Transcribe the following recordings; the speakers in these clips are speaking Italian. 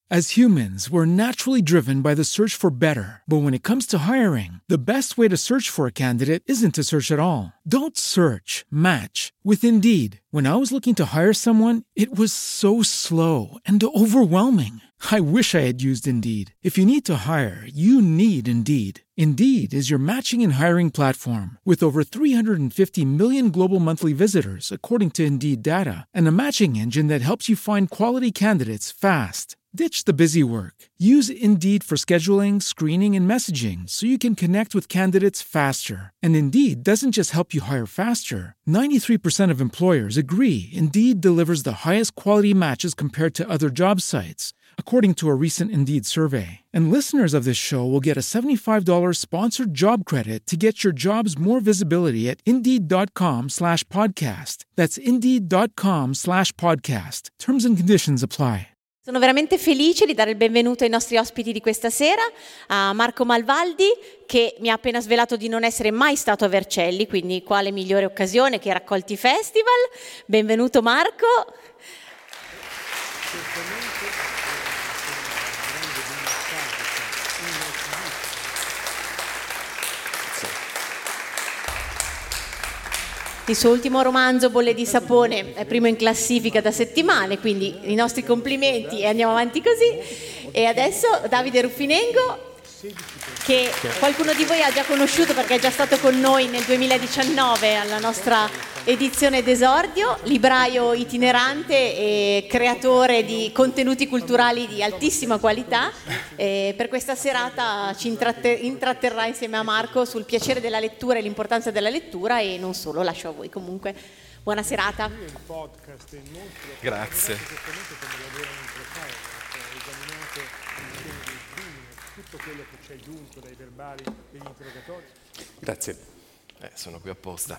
As humans, we're naturally driven by the search for better. But when it comes to hiring, the best way to search for a candidate isn't to search at all. Don't search, match with Indeed. When I was looking to hire someone, it was so slow and overwhelming. I wish I had used Indeed. If you need to hire, you need Indeed. Indeed is your matching and hiring platform with over 350 million global monthly visitors, according to Indeed data, and a matching engine that helps you find quality candidates fast. Ditch the busy work. Use Indeed for scheduling, screening, and messaging so you can connect with candidates faster. And Indeed doesn't just help you hire faster. 93% of employers agree Indeed delivers the highest quality matches compared to other job sites, according to a recent Indeed survey. And listeners of this show will get a $75 sponsored job credit to get your jobs more visibility at Indeed.com/podcast. That's Indeed.com/podcast. Terms and conditions apply. Sono veramente felice di dare il benvenuto ai nostri ospiti di questa sera, a Marco Malvaldi, che mi ha appena svelato di non essere mai stato a Vercelli, quindi quale migliore occasione che Raccolti Festival. Benvenuto Marco. Il suo ultimo romanzo, Bolle di sapone, è primo in classifica da settimane, quindi i nostri complimenti e andiamo avanti così. E adesso Davide Ruffinengo, che qualcuno di voi ha già conosciuto perché è già stato con noi nel 2019 alla nostra edizione d'esordio, libraio itinerante e creatore di contenuti culturali di altissima qualità. Per questa serata ci intratterrà insieme a Marco sul piacere della lettura e l'importanza della lettura, e non solo, lascio a voi comunque. Buona serata. Grazie. Tutto quello che c'è giunto dai verbali degli interrogatori. Grazie. Sono qui apposta.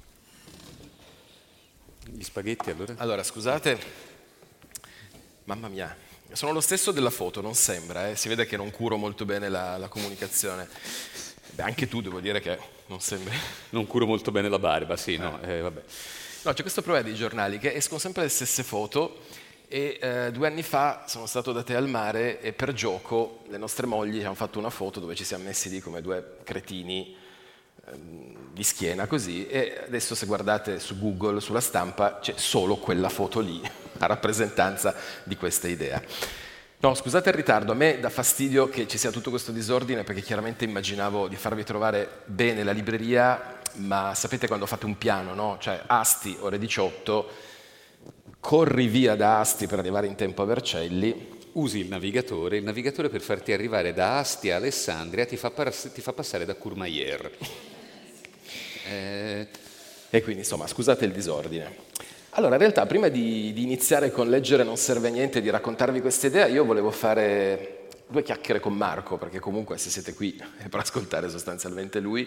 Gli spaghetti allora? Allora, scusate, mamma mia, sono lo stesso della foto, non sembra, Si vede che non curo molto bene la comunicazione. Beh, anche tu devo dire che non sembri. Non curo molto bene la barba, sì, no, vabbè. No, c'è questo problema dei giornali che escono sempre le stesse foto e 2 anni fa sono stato da te al mare e per gioco le nostre mogli hanno fatto una foto dove ci siamo messi lì come 2 cretini di schiena così, e adesso se guardate su Google, sulla stampa, c'è solo quella foto lì a rappresentanza di questa idea. No, scusate il ritardo, a me dà fastidio che ci sia tutto questo disordine perché chiaramente immaginavo di farvi trovare bene la libreria, ma sapete quando fate un piano, no? Cioè Asti, ore 18, corri via da Asti per arrivare in tempo a Vercelli. Usi il navigatore per farti arrivare da Asti a Alessandria ti fa passare da Courmayeur. E quindi insomma, scusate il disordine. Allora, in realtà, prima di iniziare con leggere Non serve a niente, di raccontarvi questa idea, io volevo fare 2 chiacchiere con Marco, perché comunque se siete qui è per ascoltare sostanzialmente lui.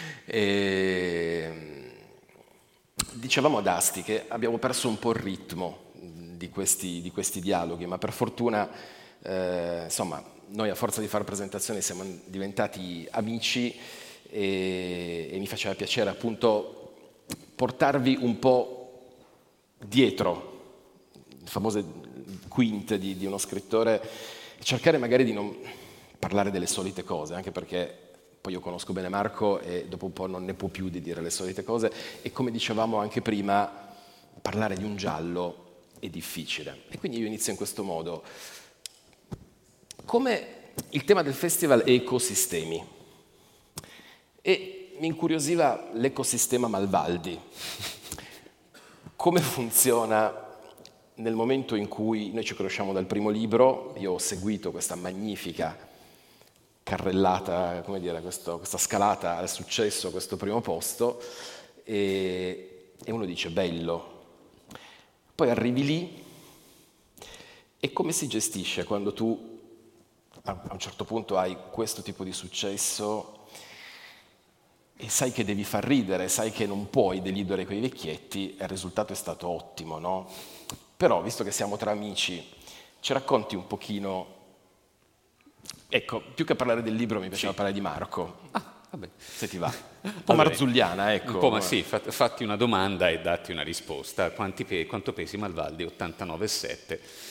Dicevamo ad Asti che abbiamo perso un po' il ritmo di questi dialoghi, ma per fortuna, insomma, noi a forza di fare presentazioni siamo diventati amici e mi faceva piacere appunto portarvi un po' dietro le famose quinte di uno scrittore e cercare magari di non parlare delle solite cose, anche perché poi io conosco bene Marco e dopo un po' non ne può più di dire le solite cose, e come dicevamo anche prima, parlare di un giallo è difficile. E quindi io inizio in questo modo. Come il tema del festival è ecosistemi, e mi incuriosiva l'ecosistema Malvaldi. Come funziona nel momento in cui noi ci conosciamo dal primo libro, io ho seguito questa magnifica carrellata, come dire, questa scalata al successo, questo primo posto, e uno dice bello. Poi arrivi lì e come si gestisce quando tu a un certo punto hai questo tipo di successo e sai che devi far ridere, sai che non puoi deludere quei vecchietti, e il risultato è stato ottimo, no? Però, visto che siamo tra amici, ci racconti un pochino. Ecco, più che parlare del libro mi piaceva parlare di Marco. Vabbè. Se ti va. Un po' marzulliana, ecco. Un po', ma sì, fatti una domanda e datti una risposta. Quanto pesi Malvaldi? 89,7.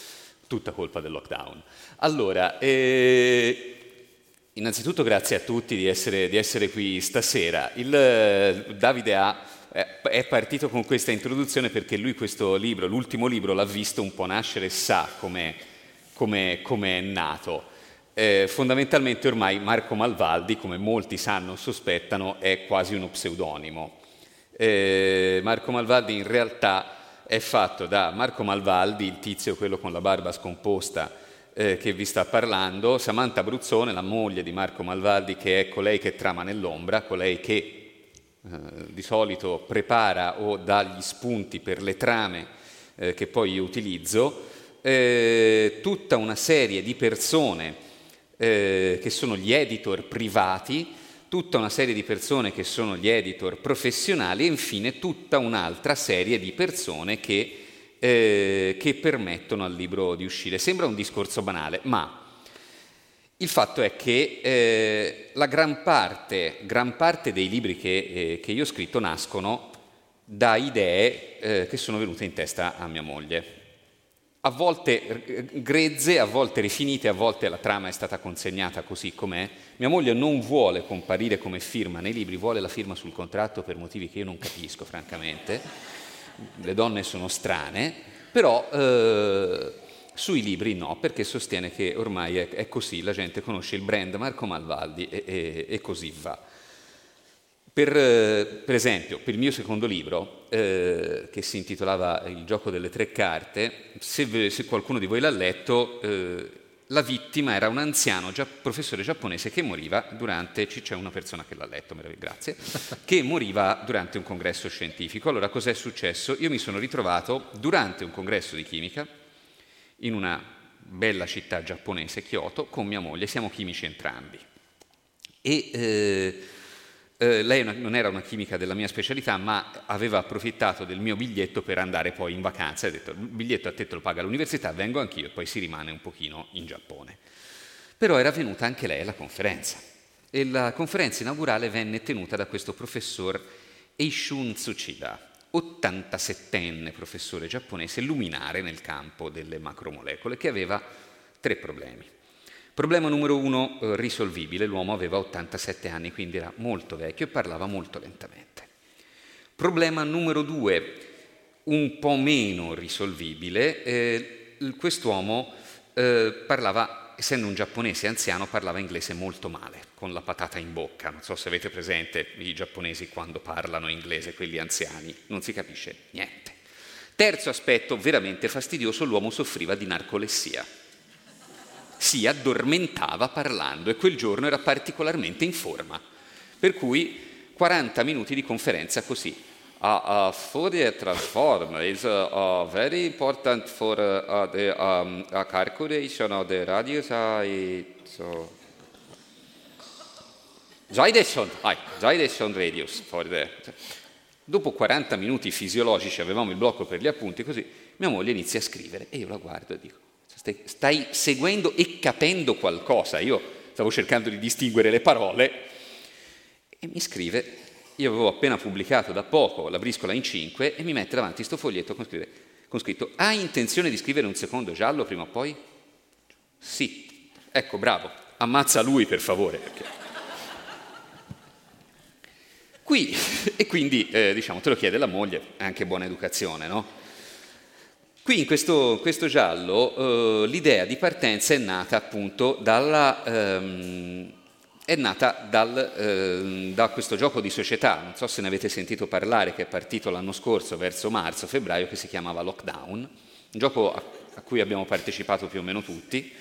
tutta colpa del lockdown. Allora, innanzitutto grazie a tutti di essere qui stasera. Davide è partito con questa introduzione perché lui questo libro, l'ultimo libro, l'ha visto un po' nascere e sa come è nato. Fondamentalmente ormai Marco Malvaldi, come molti sanno o sospettano, è quasi uno pseudonimo. Marco Malvaldi in realtà è fatto da Marco Malvaldi, il tizio quello con la barba scomposta che vi sta parlando, Samantha Bruzzone, la moglie di Marco Malvaldi, che è colei che trama nell'ombra, colei che di solito prepara o dà gli spunti per le trame che poi io utilizzo, tutta una serie di persone che sono gli editor privati, tutta una serie di persone che sono gli editor professionali e infine tutta un'altra serie di persone che permettono al libro di uscire. Sembra un discorso banale, ma il fatto è che la gran parte dei libri che io ho scritto nascono da idee che sono venute in testa a mia moglie. A volte grezze, a volte rifinite, a volte la trama è stata consegnata così com'è. Mia moglie non vuole comparire come firma nei libri, vuole la firma sul contratto per motivi che io non capisco, francamente. Le donne sono strane, però sui libri no, perché sostiene che ormai è così, la gente conosce il brand Marco Malvaldi e così va. Per esempio, per il mio secondo libro, che si intitolava Il gioco delle tre carte, se qualcuno di voi l'ha letto, la vittima era un anziano professore giapponese che moriva durante, c'è una persona che l'ha letto, grazie, che moriva durante un congresso scientifico. Allora, cos'è successo? Io mi sono ritrovato durante un congresso di chimica in una bella città giapponese, Kyoto, con mia moglie, siamo chimici entrambi. E lei non era una chimica della mia specialità, ma aveva approfittato del mio biglietto per andare poi in vacanza. Ha detto: il biglietto a te te lo paga l'università, vengo anch'io, e poi si rimane un pochino in Giappone. Però era venuta anche lei alla conferenza, e la conferenza inaugurale venne tenuta da questo professor Eishun Tsuchida, 87enne professore giapponese, luminare nel campo delle macromolecole, che aveva 3 problemi. Problema numero 1, risolvibile: l'uomo aveva 87 anni, quindi era molto vecchio e parlava molto lentamente. Problema numero 2, un po' meno risolvibile: quest'uomo parlava, essendo un giapponese anziano, parlava inglese molto male, con la patata in bocca. Non so se avete presente i giapponesi quando parlano inglese, quelli anziani, non si capisce niente. Terzo aspetto veramente fastidioso: l'uomo soffriva di narcolessia. Si addormentava parlando e quel giorno era particolarmente in forma, per cui 40 minuti di conferenza così. Fourier transform is very important for the calculation of the radius. Gyration radius for the... Dopo 40 minuti fisiologici, avevamo il blocco per gli appunti, così mia moglie inizia a scrivere e io la guardo e dico: stai seguendo e capendo qualcosa? Io stavo cercando di distinguere le parole e mi scrive. Io avevo appena pubblicato da poco La briscola in 5 e mi mette davanti sto foglietto con scritto: hai intenzione di scrivere un secondo giallo prima o poi? Sì. Ecco, bravo, ammazza lui per favore, perché... Qui, e quindi diciamo te lo chiede la moglie, è anche buona educazione, no? Qui in questo giallo l'idea di partenza è nata appunto da questo gioco di società, non so se ne avete sentito parlare, che è partito l'anno scorso verso marzo-febbraio, che si chiamava Lockdown, un gioco a cui abbiamo partecipato più o meno tutti,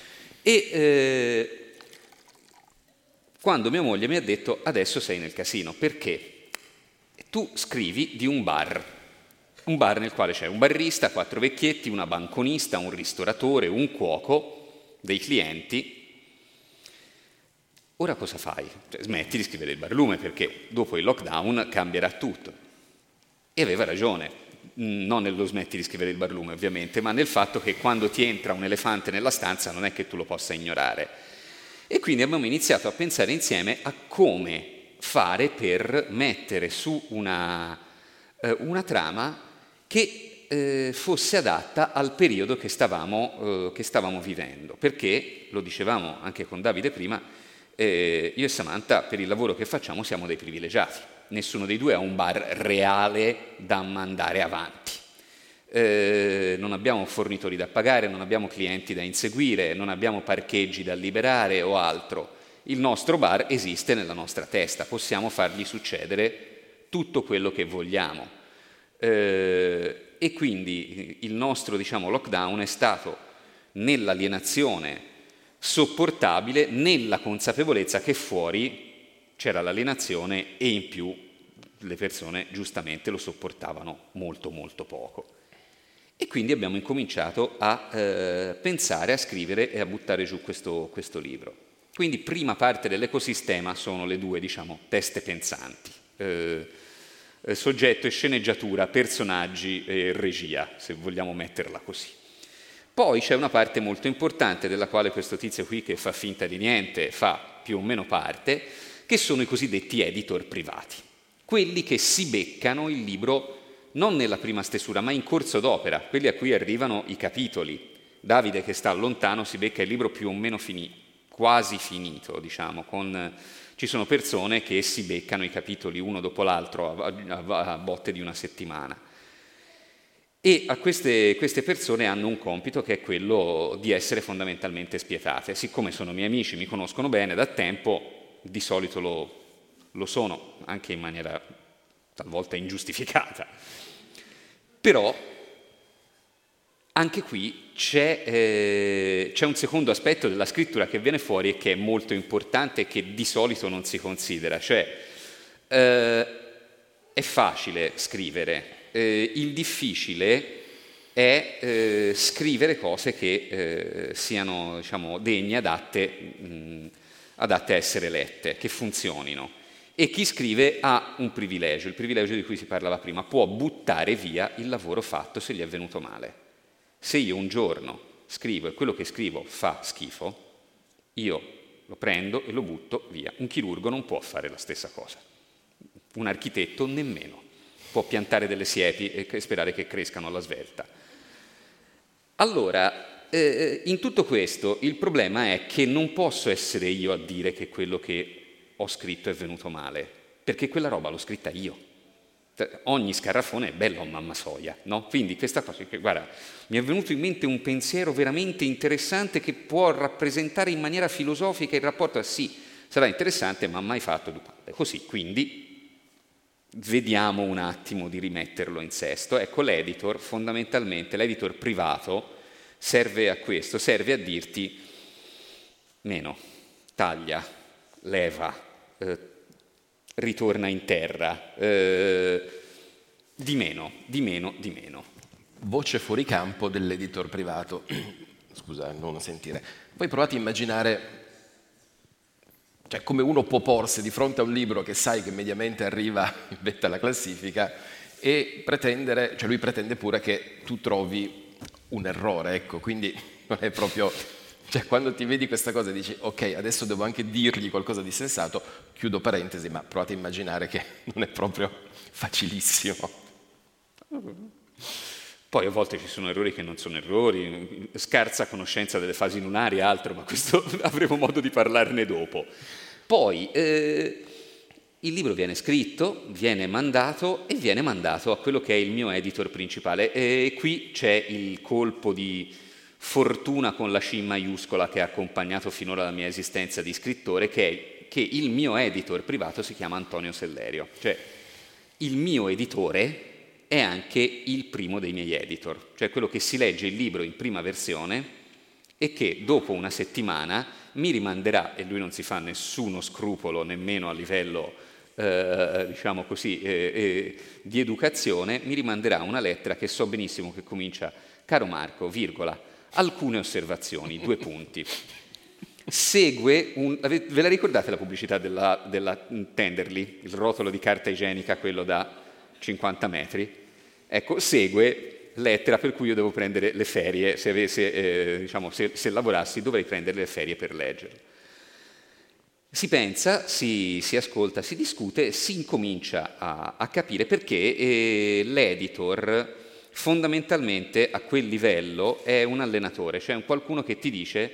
e quando mia moglie mi ha detto: adesso sei nel casino, perché tu scrivi di un bar nel quale c'è un barista, 4 vecchietti, una banconista, un ristoratore, un cuoco, dei clienti. Ora cosa fai? Cioè, smetti di scrivere il barlume, perché dopo il lockdown cambierà tutto. E aveva ragione, non nello smetti di scrivere il barlume ovviamente, ma nel fatto che quando ti entra un elefante nella stanza non è che tu lo possa ignorare. E quindi abbiamo iniziato a pensare insieme a come fare per mettere su una trama che fosse adatta al periodo che stavamo vivendo, perché, lo dicevamo anche con Davide prima, io e Samantha per il lavoro che facciamo siamo dei privilegiati, nessuno dei due ha un bar reale da mandare avanti, non abbiamo fornitori da pagare, non abbiamo clienti da inseguire, non abbiamo parcheggi da liberare o altro. Il nostro bar esiste nella nostra testa, possiamo fargli succedere tutto quello che vogliamo. E quindi il nostro, lockdown è stato nell'alienazione sopportabile, nella consapevolezza che fuori c'era l'alienazione e in più le persone giustamente lo sopportavano molto molto poco. E quindi abbiamo incominciato a pensare, a scrivere e a buttare giù questo libro. Quindi prima parte dell'ecosistema sono le due, teste pensanti, soggetto e sceneggiatura, personaggi e regia, se vogliamo metterla così. Poi c'è una parte molto importante della quale questo tizio qui, che fa finta di niente, fa più o meno parte, che sono i cosiddetti editor privati, quelli che si beccano il libro non nella prima stesura, ma in corso d'opera, quelli a cui arrivano i capitoli. Davide, che sta lontano, si becca il libro più o meno quasi finito, ci sono persone che si beccano i capitoli uno dopo l'altro a botte di una settimana. E a queste persone hanno un compito che è quello di essere fondamentalmente spietate. Siccome sono miei amici, mi conoscono bene da tempo, di solito lo sono, anche in maniera talvolta ingiustificata. Però anche qui c'è un secondo aspetto della scrittura che viene fuori e che è molto importante e che di solito non si considera, cioè è facile scrivere, il difficile è scrivere cose che siano degne, adatte a essere lette, che funzionino. E chi scrive ha un privilegio, il privilegio di cui si parlava prima, può buttare via il lavoro fatto se gli è venuto male. Se io un giorno scrivo e quello che scrivo fa schifo, io lo prendo e lo butto via. Un chirurgo non può fare la stessa cosa, un architetto nemmeno, può piantare delle siepi e sperare che crescano alla svelta. Allora, in tutto questo il problema è che non posso essere io a dire che quello che ho scritto è venuto male, perché quella roba l'ho scritta io. Ogni scarafone è bello a mamma soia, no? Quindi questa cosa, guarda, mi è venuto in mente un pensiero veramente interessante che può rappresentare in maniera filosofica il rapporto, sì, sarà interessante, ma mai fatto due palle. Così, quindi, vediamo un attimo di rimetterlo in sesto. Ecco, l'editor, fondamentalmente, l'editor privato, serve a questo, serve a dirti meno, taglia, leva, ritorna in terra, di meno. Voce fuori campo dell'editor privato. Scusa, non sentire. Voi provate a immaginare, cioè, come uno può porsi di fronte a un libro che sai che mediamente arriva in vetta alla classifica e pretendere, cioè lui pretende pure che tu trovi un errore, ecco, quindi non è proprio... Cioè, quando ti vedi questa cosa dici, ok, adesso devo anche dirgli qualcosa di sensato, chiudo parentesi, ma provate a immaginare che non è proprio facilissimo. Poi a volte ci sono errori che non sono errori, scarsa conoscenza delle fasi lunari e altro, ma questo avremo modo di parlarne dopo. Poi il libro viene scritto, viene mandato a quello che è il mio editor principale, e qui c'è il colpo di fortuna con la C maiuscola che ha accompagnato finora la mia esistenza di scrittore, che il mio editor privato si chiama Antonio Sellerio, cioè il mio editore è anche il primo dei miei editor, cioè quello che si legge il libro in prima versione e che dopo una settimana mi rimanderà, e lui non si fa nessuno scrupolo nemmeno a livello di educazione, mi rimanderà una lettera che so benissimo che comincia: caro Marco, virgola, alcune osservazioni, 2 punti. Segue ve la ricordate la pubblicità della Tenderly, il rotolo di carta igienica, quello da 50 metri? Ecco, segue lettera per cui io devo prendere le ferie, se lavorassi dovrei prendere le ferie per leggerlo. Si pensa, si ascolta, si discute, si incomincia a capire perché l'editor fondamentalmente a quel livello è un allenatore, cioè un qualcuno che ti dice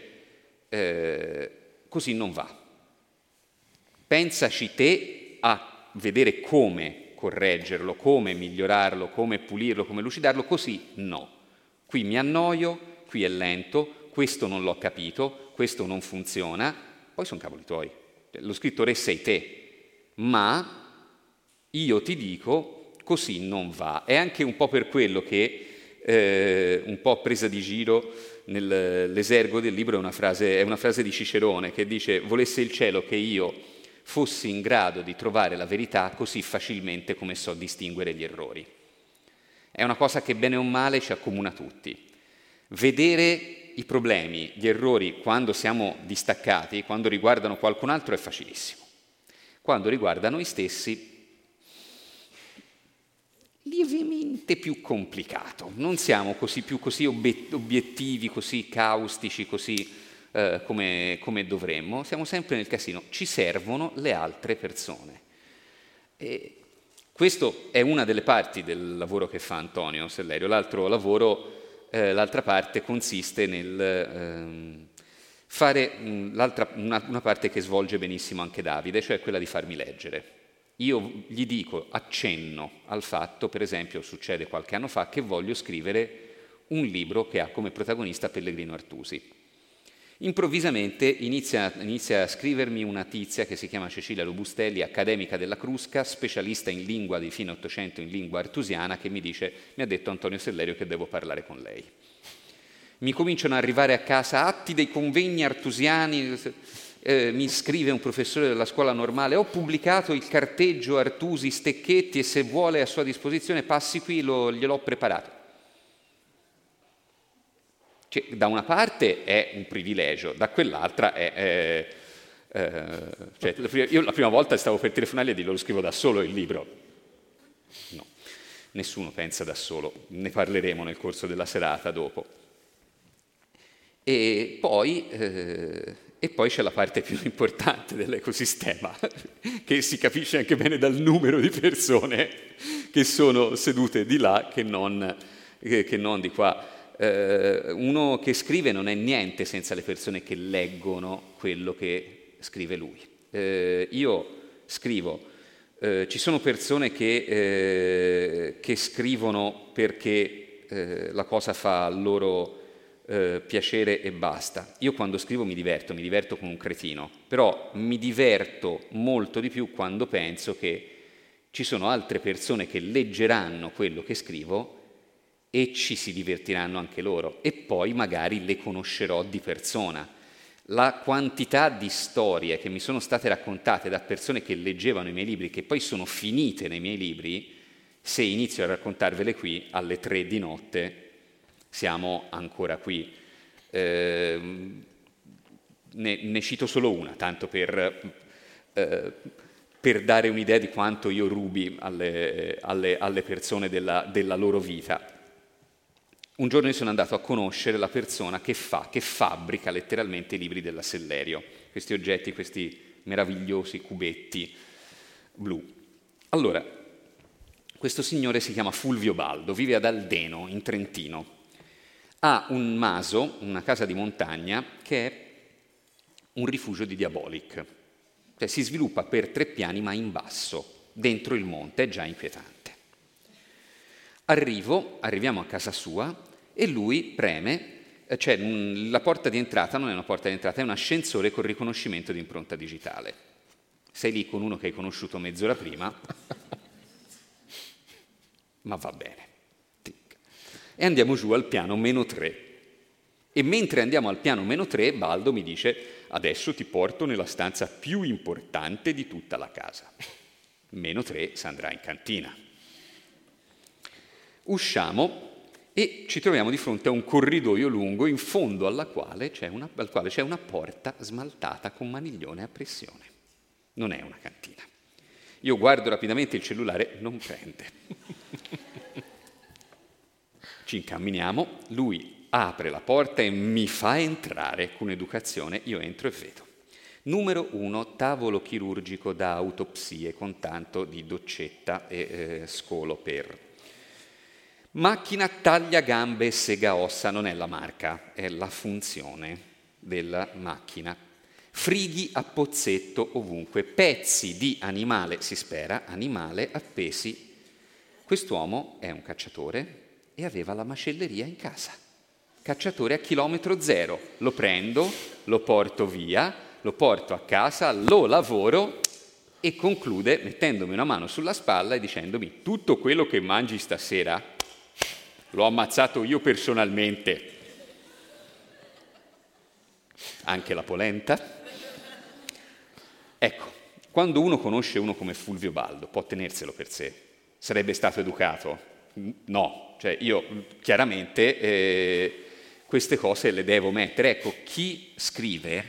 così non va. Pensaci te a vedere come correggerlo, come migliorarlo, come pulirlo, come lucidarlo, così no. Qui mi annoio, qui è lento, questo non l'ho capito, questo non funziona, poi sono cavoli tuoi. Lo scrittore sei te, ma io ti dico così non va. È anche un po' per quello che, un po' presa di giro, nell'esergo del libro è una frase di Cicerone che dice: volesse il cielo che io fossi in grado di trovare la verità così facilmente come so distinguere gli errori. È una cosa che bene o male ci accomuna tutti. Vedere i problemi, gli errori, quando siamo distaccati, quando riguardano qualcun altro, è facilissimo. Quando riguarda noi stessi, lievemente più complicato. Non siamo più così obiettivi, così caustici, così come dovremmo. Siamo sempre nel casino. Ci servono le altre persone. E questo è una delle parti del lavoro che fa Antonio Sellerio. L'altra parte consiste nel fare una parte che svolge benissimo anche Davide, cioè quella di farmi leggere. Io gli dico, accenno al fatto, per esempio, succede qualche anno fa, che voglio scrivere un libro che ha come protagonista Pellegrino Artusi. Improvvisamente inizia a scrivermi una tizia che si chiama Cecilia Lobustelli, accademica della Crusca, specialista in lingua di fine Ottocento, in lingua artusiana, che mi ha detto Antonio Sellerio che devo parlare con lei. Mi cominciano ad arrivare a casa atti dei convegni artusiani, mi scrive un professore della scuola normale: ho pubblicato il carteggio Artusi Stecchetti e se vuole a sua disposizione passi qui, gliel'ho preparato. Cioè, da una parte è un privilegio, da quell'altra è... io la prima volta stavo per telefonargli e dire lo scrivo da solo il libro. No, nessuno pensa da solo, ne parleremo nel corso della serata dopo. E poi c'è la parte più importante dell'ecosistema, che si capisce anche bene dal numero di persone che sono sedute di là che non di qua. Uno che scrive non è niente senza le persone che leggono quello che scrive lui. Io scrivo, ci sono persone che scrivono perché la cosa fa loro piacere e basta. Io quando scrivo mi diverto come un cretino, però mi diverto molto di più quando penso che ci sono altre persone che leggeranno quello che scrivo e ci si divertiranno anche loro, e poi magari le conoscerò di persona. La quantità di storie che mi sono state raccontate da persone che leggevano i miei libri, che poi sono finite nei miei libri, se inizio a raccontarvele qui, alle 3 di notte siamo ancora qui. Ne cito solo una, tanto per dare un'idea di quanto io rubi alle persone della loro vita. Un giorno io sono andato a conoscere la persona che fabbrica letteralmente i libri della Sellerio, questi oggetti, questi meravigliosi cubetti blu. Allora, questo signore si chiama Fulvio Baldo, vive ad Aldeno, in Trentino. Ha un maso, una casa di montagna, che è un rifugio di Diabolic. Cioè si sviluppa per 3 piani, ma in basso, dentro il monte, è già inquietante. Arriviamo a casa sua e lui preme, cioè la porta di entrata non è una porta di entrata, è un ascensore con riconoscimento di impronta digitale. Sei lì con uno che hai conosciuto mezz'ora prima, ma va bene. E andiamo giù al piano -3. E mentre andiamo al piano -3, Baldo mi dice: adesso ti porto nella stanza più importante di tutta la casa. -3 si andrà in cantina. Usciamo e ci troviamo di fronte a un corridoio lungo in fondo al quale c'è una porta smaltata con maniglione a pressione. Non è una cantina. Io guardo rapidamente il cellulare, non prende. Ci incamminiamo, lui apre la porta e mi fa entrare con educazione. Io entro e vedo. Numero 1, tavolo chirurgico da autopsie con tanto di doccetta e scolo per... Macchina taglia gambe e sega ossa, non è la marca, è la funzione della macchina. Frighi a pozzetto ovunque, pezzi di animale, si spera, animale appesi. Quest'uomo è un cacciatore e aveva la macelleria in casa. Cacciatore a chilometro zero. Lo prendo, lo porto via, lo porto a casa, lo lavoro e conclude mettendomi una mano sulla spalla e dicendomi: tutto quello che mangi stasera l'ho ammazzato io personalmente. Anche la polenta. Ecco, quando uno conosce uno come Fulvio Baldo, può tenerselo per sé. Sarebbe stato educato? No, cioè io chiaramente queste cose le devo mettere. Ecco, chi scrive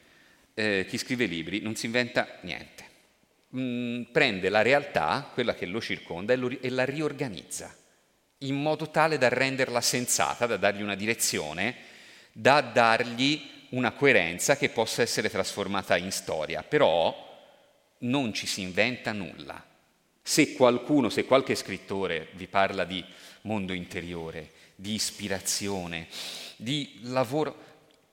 libri non si inventa niente. Prende la realtà, quella che lo circonda, e la riorganizza in modo tale da renderla sensata, da dargli una direzione, da dargli una coerenza che possa essere trasformata in storia. Però non ci si inventa nulla. Se qualche scrittore vi parla di mondo interiore, di ispirazione, di lavoro,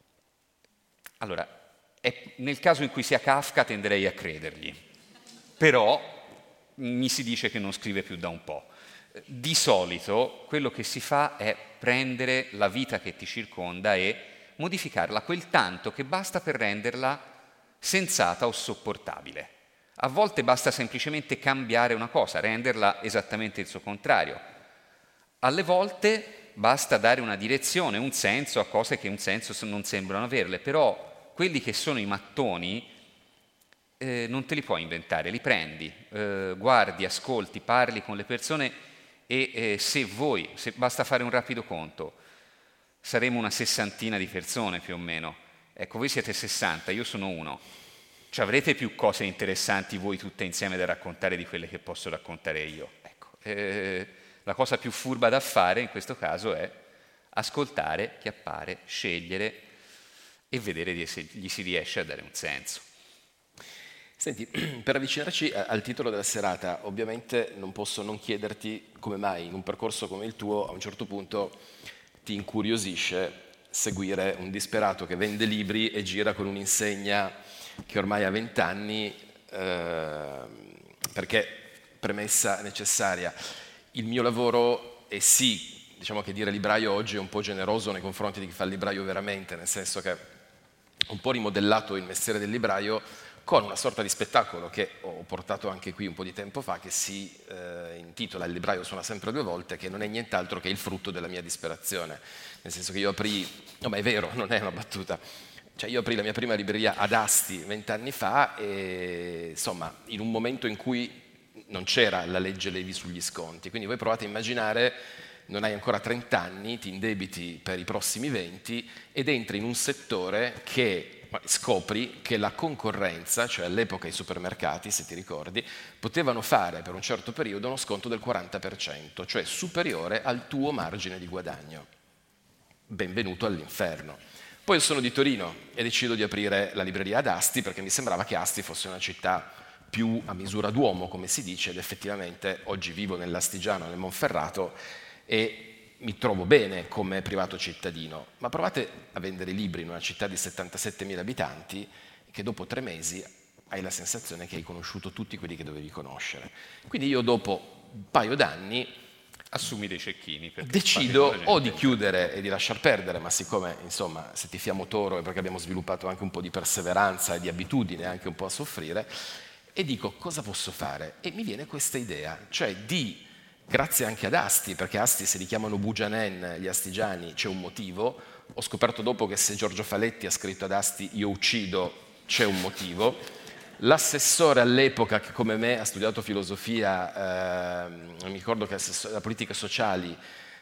allora, nel caso in cui sia Kafka tenderei a credergli, però mi si dice che non scrive più da un po'. Di solito quello che si fa è prendere la vita che ti circonda e modificarla quel tanto che basta per renderla sensata o sopportabile. A volte basta semplicemente cambiare una cosa, renderla esattamente il suo contrario. Alle volte basta dare una direzione, un senso a cose che un senso non sembrano averle, però quelli che sono i mattoni non te li puoi inventare, li prendi, guardi, ascolti, parli con le persone e se basta fare un rapido conto, saremo una 60 di persone più o meno. Ecco, voi siete 60, io sono uno. Ci avrete più cose interessanti voi tutte insieme da raccontare di quelle che posso raccontare io. Ecco, la cosa più furba da fare in questo caso è ascoltare, chiappare, scegliere e vedere se gli si riesce a dare un senso. Senti, per avvicinarci al titolo della serata, ovviamente non posso non chiederti come mai in un percorso come il tuo a un certo punto ti incuriosisce seguire un disperato che vende libri e gira con un'insegna che ormai ha 20 anni, perché, premessa necessaria, il mio lavoro è sì, diciamo che dire libraio oggi è un po' generoso nei confronti di chi fa il libraio veramente, nel senso che ho un po' rimodellato il mestiere del libraio con una sorta di spettacolo che ho portato anche qui un po' di tempo fa, che si intitola Il libraio suona sempre due volte, che non è nient'altro che il frutto della mia disperazione. Nel senso che io aprì, no ma è vero, non è una battuta, cioè io aprì la mia prima libreria ad Asti 20 anni fa e insomma in un momento in cui non c'era la legge Levi sugli sconti, quindi voi provate a immaginare, non hai ancora 30 anni, ti indebiti per i prossimi 20 ed entri in un settore che scopri che la concorrenza, cioè all'epoca i supermercati, se ti ricordi, potevano fare per un certo periodo uno sconto del 40%, cioè superiore al tuo margine di guadagno. Benvenuto all'inferno. Poi sono di Torino e decido di aprire la libreria ad Asti perché mi sembrava che Asti fosse una città più a misura d'uomo, come si dice, ed effettivamente oggi vivo nell'Astigiano, nel Monferrato, e mi trovo bene come privato cittadino, ma provate a vendere libri in una città di 77.000 abitanti che dopo 3 mesi hai la sensazione che hai conosciuto tutti quelli che dovevi conoscere. Quindi io dopo un paio d'anni assumi dei cecchini. Decido o di chiudere e di lasciar perdere, ma siccome insomma se tifiamo Toro è perché abbiamo sviluppato anche un po' di perseveranza e di abitudine anche un po' a soffrire, e dico cosa posso fare? E mi viene questa idea, cioè di... Grazie anche ad Asti, perché Asti se li chiamano Bugianen, gli astigiani, c'è un motivo. Ho scoperto dopo che se Giorgio Faletti ha scritto ad Asti io uccido, c'è un motivo. L'assessore all'epoca, che come me ha studiato filosofia, mi ricordo che la politica sociali,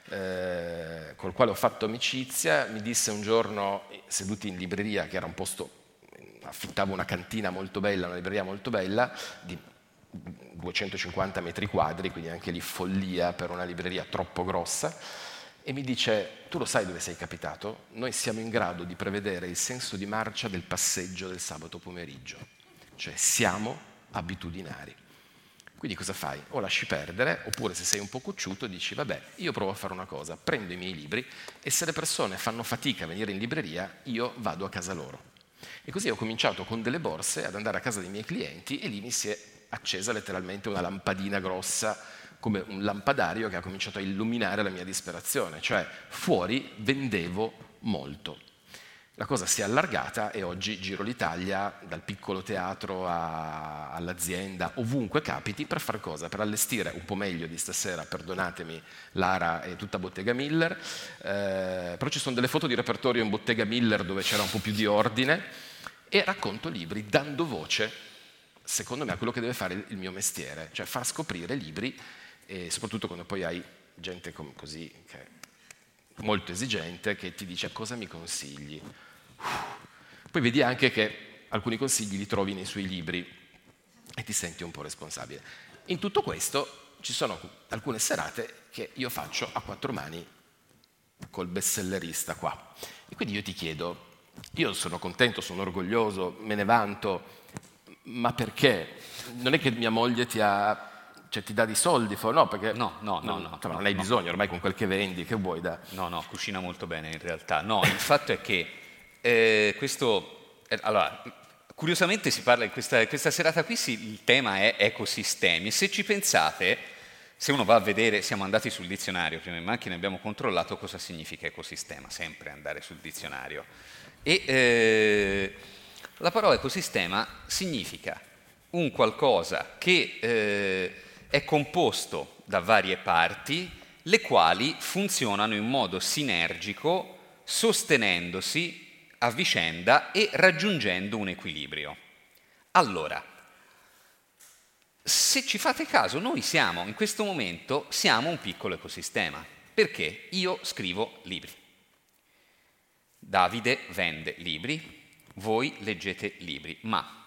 col quale ho fatto amicizia, mi disse un giorno, seduti in libreria, che era un posto, affittavo una cantina molto bella, una libreria molto bella, di 250 metri quadri, quindi anche lì follia per una libreria troppo grossa, e mi dice: tu lo sai dove sei capitato? Noi siamo in grado di prevedere il senso di marcia del passeggio del sabato pomeriggio, cioè siamo abitudinari. Quindi cosa fai? O lasci perdere, oppure se sei un po' cocciuto dici vabbè, io provo a fare una cosa, prendo i miei libri e se le persone fanno fatica a venire in libreria, io vado a casa loro. E così ho cominciato con delle borse ad andare a casa dei miei clienti e lì mi si è accesa letteralmente una lampadina grossa, come un lampadario che ha cominciato a illuminare la mia disperazione, cioè fuori vendevo molto. La cosa si è allargata e oggi giro l'Italia, dal piccolo teatro all'azienda, ovunque capiti, per far cosa? Per allestire un po' meglio di stasera, perdonatemi, Lara e tutta Bottega Miller, però ci sono delle foto di repertorio in Bottega Miller dove c'era un po' più di ordine e racconto libri dando voce, secondo me, a quello che deve fare il mio mestiere, cioè far scoprire libri e soprattutto quando poi hai gente così che è molto esigente che ti dice cosa mi consigli. Poi vedi anche che alcuni consigli li trovi nei suoi libri e ti senti un po' responsabile. In tutto questo ci sono alcune serate che io faccio a quattro mani col bestsellerista qua. E quindi io ti chiedo, io sono contento, sono orgoglioso, me ne vanto, ma perché? Non è che mia moglie ti dà di soldi, no, perché non hai bisogno, ormai con quel che vendi, che vuoi da... No, cucina molto bene in realtà. No, il fatto è che allora, curiosamente si parla in questa serata qui, il tema è ecosistemi. Se ci pensate, se uno va a vedere, siamo andati sul dizionario prima in macchina e abbiamo controllato cosa significa ecosistema, sempre andare sul dizionario. E la parola ecosistema significa un qualcosa che è composto da varie parti, le quali funzionano in modo sinergico, sostenendosi a vicenda e raggiungendo un equilibrio. Allora, se ci fate caso, noi in questo momento siamo un piccolo ecosistema, perché io scrivo libri. Davide vende libri, voi leggete libri, ma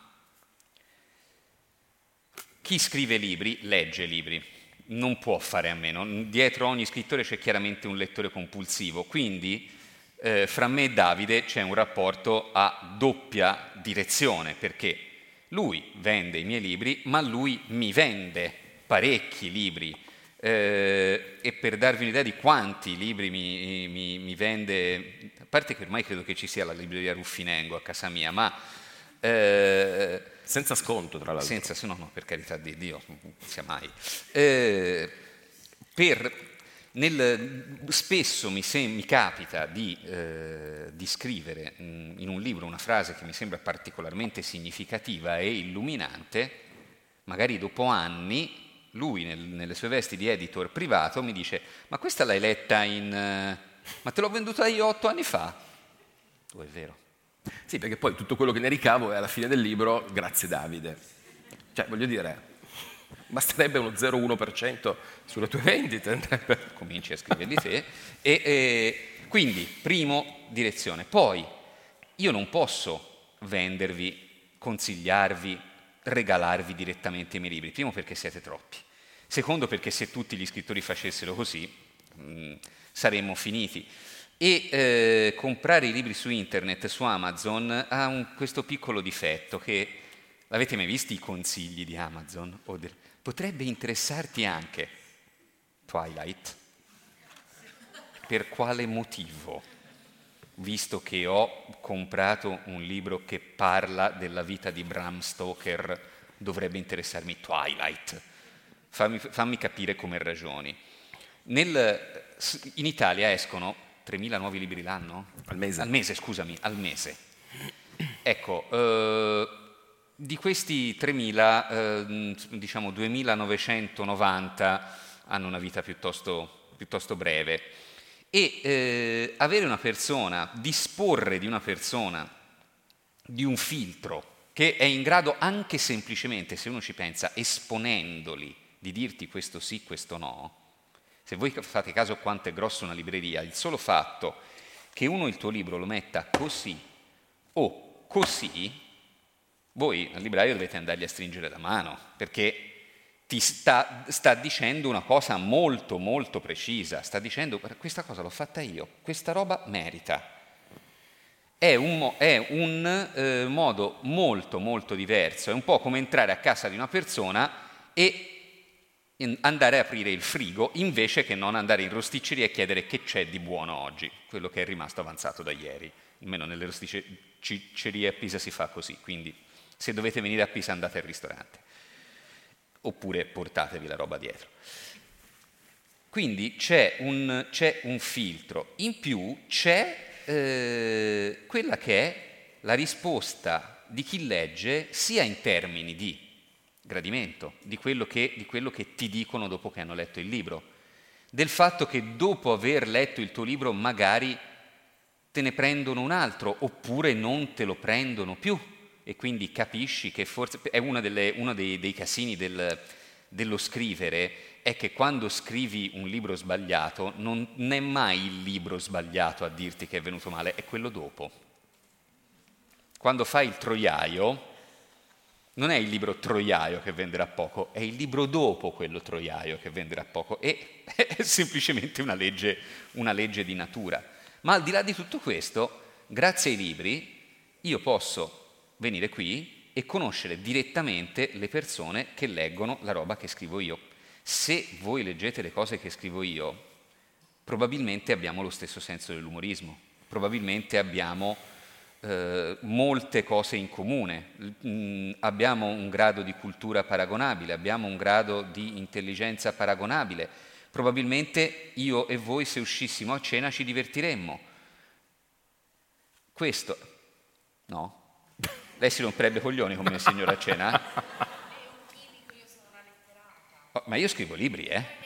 chi scrive libri legge libri, non può fare a meno. Dietro ogni scrittore c'è chiaramente un lettore compulsivo, quindi fra me e Davide c'è un rapporto a doppia direzione, perché lui vende i miei libri, ma lui mi vende parecchi libri. E per darvi un'idea di quanti libri mi vende, a parte che ormai credo che ci sia la libreria Ruffinengo a casa mia, ma... senza sconto, tra l'altro. No, per carità di Dio, non sia mai. Spesso mi capita di scrivere in un libro una frase che mi sembra particolarmente significativa e illuminante, magari dopo anni lui nelle sue vesti di editor privato mi dice ma questa l'hai letta ma te l'ho venduta io 8 anni fa? È vero. Sì, perché poi tutto quello che ne ricavo è alla fine del libro grazie Davide. Cioè, voglio dire, basterebbe uno 0,1% sulle tue vendite. Cominci a scriverli te. E quindi, primo, direzione. Poi, io non posso vendervi, consigliarvi, regalarvi direttamente i miei libri. Primo, perché siete troppi. Secondo, perché se tutti gli scrittori facessero così, saremmo finiti. E comprare i libri su internet, su Amazon, ha questo piccolo difetto che, l'avete mai visti i consigli di Amazon? Potrebbe interessarti anche Twilight. Per quale motivo? Visto che ho comprato un libro che parla della vita di Bram Stoker, dovrebbe interessarmi Twilight. Fammi capire come ragioni. In Italia escono 3.000 nuovi libri l'anno? Al mese. Al mese. Ecco, di questi 3.000, diciamo 2.990 hanno una vita piuttosto breve. E avere una persona, disporre di una persona, di un filtro, che è in grado anche semplicemente, se uno ci pensa, esponendoli, di dirti questo sì, questo no. Se voi fate caso a quanto è grossa una libreria, il solo fatto che uno il tuo libro lo metta così o così, voi al libraio dovete andargli a stringere la mano, perché ti sta dicendo una cosa molto molto precisa, sta dicendo questa cosa l'ho fatta io, questa roba merita. È un modo molto molto diverso, è un po' come entrare a casa di una persona e andare a aprire il frigo invece che non andare in rosticceria e chiedere che c'è di buono oggi, quello che è rimasto avanzato da ieri. Almeno nelle rosticcerie a Pisa si fa così, quindi se dovete venire a Pisa andate al ristorante, oppure portatevi la roba dietro. Quindi c'è un filtro, in più c'è quella che è la risposta di chi legge sia in termini di gradimento, di quello che ti dicono dopo che hanno letto il libro, del fatto che dopo aver letto il tuo libro magari te ne prendono un altro oppure non te lo prendono più e quindi capisci che forse è uno dei casini dello scrivere è che quando scrivi un libro sbagliato non è mai il libro sbagliato a dirti che è venuto male, è quello dopo. Quando fai il Troiaio, non è il libro Troiaio che venderà poco, è il libro dopo quello Troiaio che venderà poco, e è semplicemente una legge di natura. Ma al di là di tutto questo, grazie ai libri, io posso venire qui e conoscere direttamente le persone che leggono la roba che scrivo io. Se voi leggete le cose che scrivo io, probabilmente abbiamo lo stesso senso dell'umorismo, probabilmente abbiamo molte cose in comune, abbiamo un grado di cultura paragonabile, abbiamo un grado di intelligenza paragonabile, probabilmente io e voi se uscissimo a cena ci divertiremmo. Questo, no? Lei si romperebbe coglioni con me, signora, a cena? Oh, ma io scrivo libri,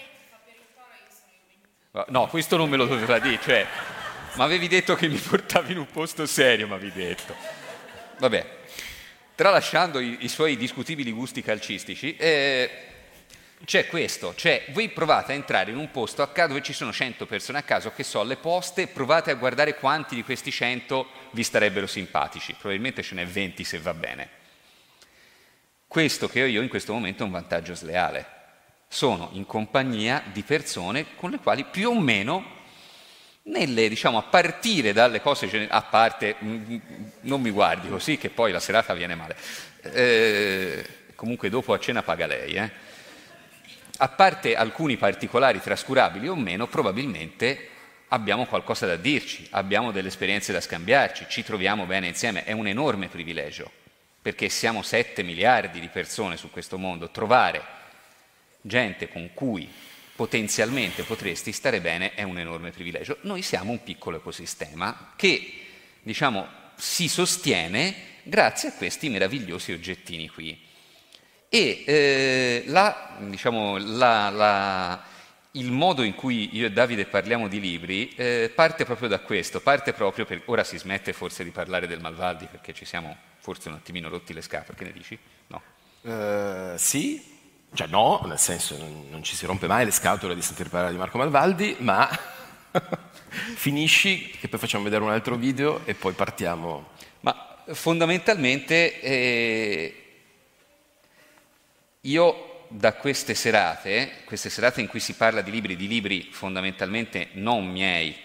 No, questo non me lo doveva dire, cioè... Ma avevi detto che mi portavi in un posto serio, m'avevi detto. Vabbè, tralasciando i suoi discutibili gusti calcistici, c'è questo, cioè voi provate a entrare in un posto a caso dove ci sono 100 persone a caso che so alle poste, provate a guardare quanti di questi 100 vi starebbero simpatici, probabilmente ce n'è 20 se va bene. Questo che ho io in questo momento è un vantaggio sleale. Sono in compagnia di persone con le quali più o meno a partire dalle cose, a parte, non mi guardi così che poi la serata viene male, comunque dopo a cena paga lei, a parte alcuni particolari trascurabili o meno, probabilmente abbiamo qualcosa da dirci, abbiamo delle esperienze da scambiarci, ci troviamo bene insieme, è un enorme privilegio, perché siamo 7 miliardi di persone su questo mondo, trovare gente con cui potenzialmente potresti stare bene è un enorme privilegio. Noi siamo un piccolo ecosistema che, si sostiene grazie a questi meravigliosi oggettini qui. E il modo in cui io e Davide parliamo di libri parte proprio da questo, ora si smette forse di parlare del Malvaldi perché ci siamo forse un attimino rotti le scatole, che ne dici? No? Sì. Cioè no, nel senso non ci si rompe mai le scatole di sentir parlare di Marco Malvaldi, ma finisci che poi facciamo vedere un altro video e poi partiamo. Ma fondamentalmente io da queste serate in cui si parla di libri fondamentalmente non miei,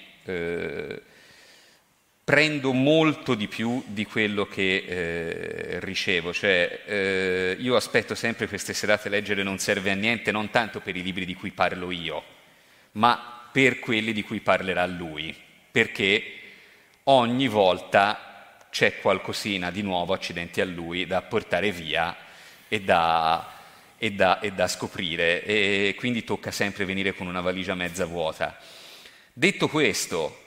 prendo molto di più di quello che ricevo, cioè io aspetto sempre queste serate leggere non serve a niente, non tanto per i libri di cui parlo io, ma per quelli di cui parlerà lui, perché ogni volta c'è qualcosina di nuovo, accidenti a lui, da portare via e da scoprire, e quindi tocca sempre venire con una valigia mezza vuota. Detto questo...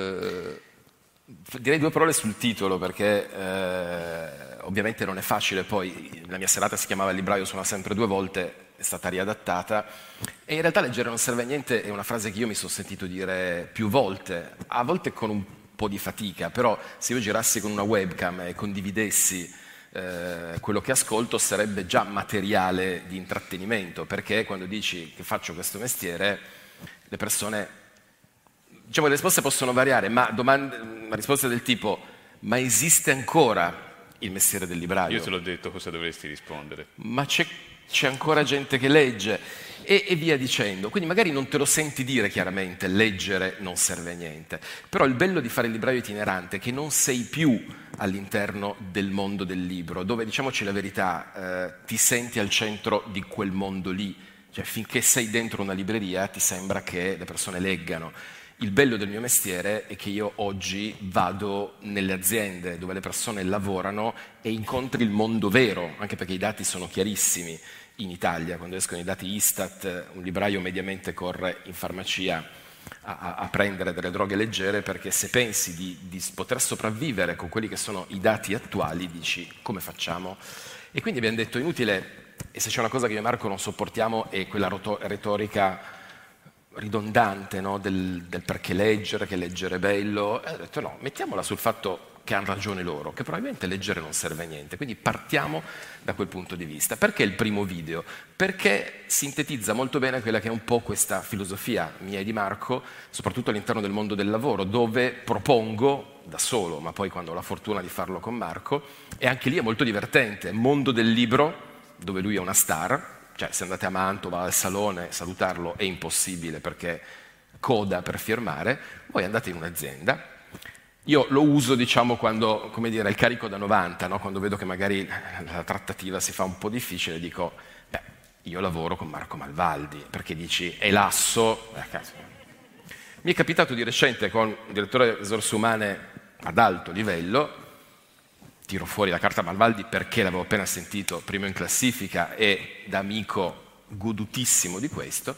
Direi 2 parole sul titolo, perché ovviamente non è facile, poi la mia serata si chiamava Il libraio suona sempre 2 volte, è stata riadattata, e in realtà leggere non serve a niente è una frase che io mi sono sentito dire più volte, a volte con un po' di fatica, però se io girassi con una webcam e condividessi quello che ascolto sarebbe già materiale di intrattenimento, perché quando dici che faccio questo mestiere, le persone... le risposte possono variare, ma risposte del tipo: ma esiste ancora il mestiere del libraio? Io te l'ho detto, cosa dovresti rispondere? Ma c'è ancora gente che legge, e via dicendo. Quindi magari non te lo senti dire chiaramente, leggere non serve a niente. Però il bello di fare il libraio itinerante è che non sei più all'interno del mondo del libro, dove, diciamoci la verità, ti senti al centro di quel mondo lì, Cioè, finché sei dentro una libreria ti sembra che le persone leggano. Il bello del mio mestiere è che io oggi vado nelle aziende dove le persone lavorano e incontri il mondo vero, anche perché i dati sono chiarissimi in Italia. Quando escono i dati Istat, un libraio mediamente corre in farmacia a prendere delle droghe leggere, perché se pensi di poter sopravvivere con quelli che sono i dati attuali, dici come facciamo? E quindi abbiamo detto inutile, e se c'è una cosa che io e Marco non sopportiamo è quella retorica ridondante, no? del perché leggere, che leggere è bello. E ho detto no, mettiamola sul fatto che hanno ragione loro, che probabilmente leggere non serve a niente. Quindi partiamo da quel punto di vista. Perché il primo video? Perché sintetizza molto bene quella che è un po' questa filosofia mia e di Marco, soprattutto all'interno del mondo del lavoro, dove propongo da solo, ma poi quando ho la fortuna di farlo con Marco, e anche lì è molto divertente, mondo del libro, dove lui è una star. Cioè, se andate a Mantova al salone, salutarlo è impossibile perché coda per firmare. Voi andate in un'azienda. Io lo uso, diciamo, quando, come dire, il carico da 90, no? Quando vedo che magari la trattativa si fa un po' difficile, dico, beh, io lavoro con Marco Malvaldi, perché dici, è l'asso. Mi è capitato di recente con un direttore delle risorse umane ad alto livello, tiro fuori la carta Malvaldi perché l'avevo appena sentito primo in classifica e da amico godutissimo di questo.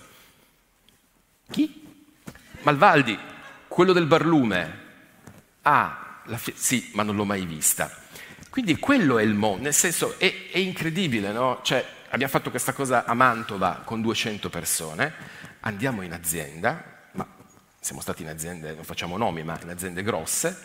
Chi? Malvaldi, quello del barlume. Ah, sì, ma non l'ho mai vista. Quindi quello è il mondo, nel senso è incredibile, no? Cioè, abbiamo fatto questa cosa a Mantova con 200 persone, andiamo in azienda, ma siamo stati in aziende, non facciamo nomi, ma in aziende grosse,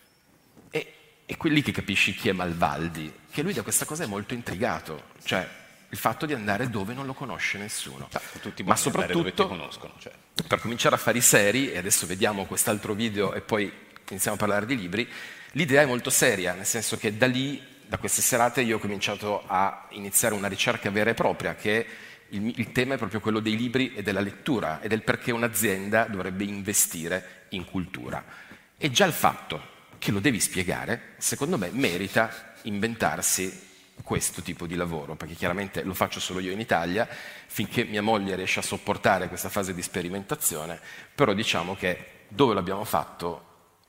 e quelli che capisci chi è Malvaldi, che lui da questa cosa è molto intrigato, cioè il fatto di andare dove non lo conosce nessuno, ma soprattutto dove ti conoscono, cioè. Per cominciare affari seri, e adesso vediamo quest'altro video e poi iniziamo a parlare di libri, l'idea è molto seria, nel senso che da lì, da queste serate, io ho cominciato a iniziare una ricerca vera e propria, che il tema è proprio quello dei libri e della lettura e del perché un'azienda dovrebbe investire in cultura. E già il fatto che lo devi spiegare, secondo me, merita inventarsi questo tipo di lavoro, perché chiaramente lo faccio solo io in Italia, finché mia moglie riesce a sopportare questa fase di sperimentazione, però diciamo che dove l'abbiamo fatto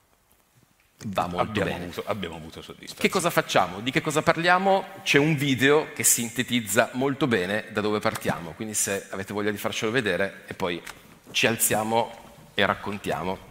va molto bene. Abbiamo avuto soddisfazione. Che cosa facciamo? Di che cosa parliamo? C'è un video che sintetizza molto bene da dove partiamo, quindi se avete voglia di farcelo vedere e poi ci alziamo e raccontiamo.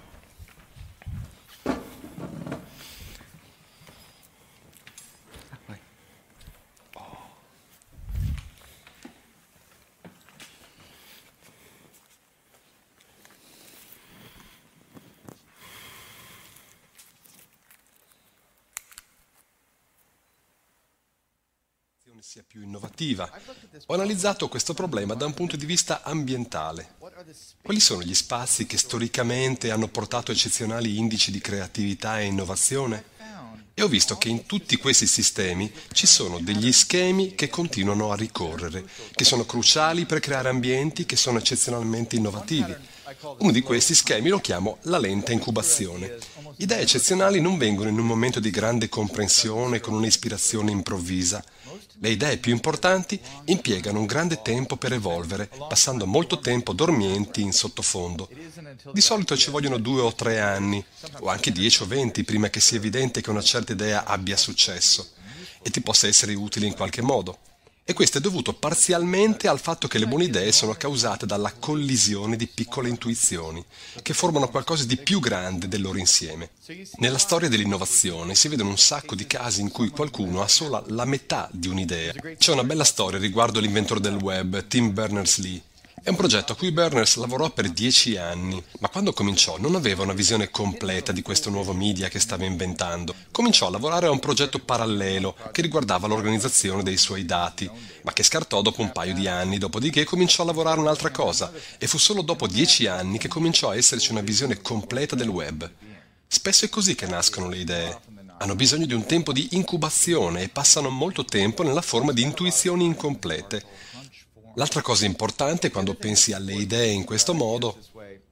sia più innovativa. Ho analizzato questo problema da un punto di vista ambientale. Quali sono gli spazi che storicamente hanno portato eccezionali indici di creatività e innovazione? E ho visto che in tutti questi sistemi ci sono degli schemi che continuano a ricorrere, che sono cruciali per creare ambienti che sono eccezionalmente innovativi. Uno di questi schemi lo chiamo la lenta incubazione. Idee eccezionali non vengono in un momento di grande comprensione con un'ispirazione improvvisa. Le idee più importanti impiegano un grande tempo per evolvere, passando molto tempo dormienti in sottofondo. Di solito ci vogliono 2 o 3 anni, o anche 10 o 20 prima che sia evidente che una certa idea abbia successo e ti possa essere utile in qualche modo. E questo è dovuto parzialmente al fatto che le buone idee sono causate dalla collisione di piccole intuizioni, che formano qualcosa di più grande del loro insieme. Nella storia dell'innovazione si vedono un sacco di casi in cui qualcuno ha solo la metà di un'idea. C'è una bella storia riguardo l'inventore del web, Tim Berners-Lee. È un progetto a cui Berners lavorò per 10 anni, ma quando cominciò non aveva una visione completa di questo nuovo media che stava inventando. Cominciò a lavorare a un progetto parallelo che riguardava l'organizzazione dei suoi dati, ma che scartò dopo un paio di anni, dopodiché cominciò a lavorare a un'altra cosa, e fu solo dopo 10 anni che cominciò a esserci una visione completa del web. Spesso è così che nascono le idee. Hanno bisogno di un tempo di incubazione e passano molto tempo nella forma di intuizioni incomplete. L'altra cosa importante quando pensi alle idee in questo modo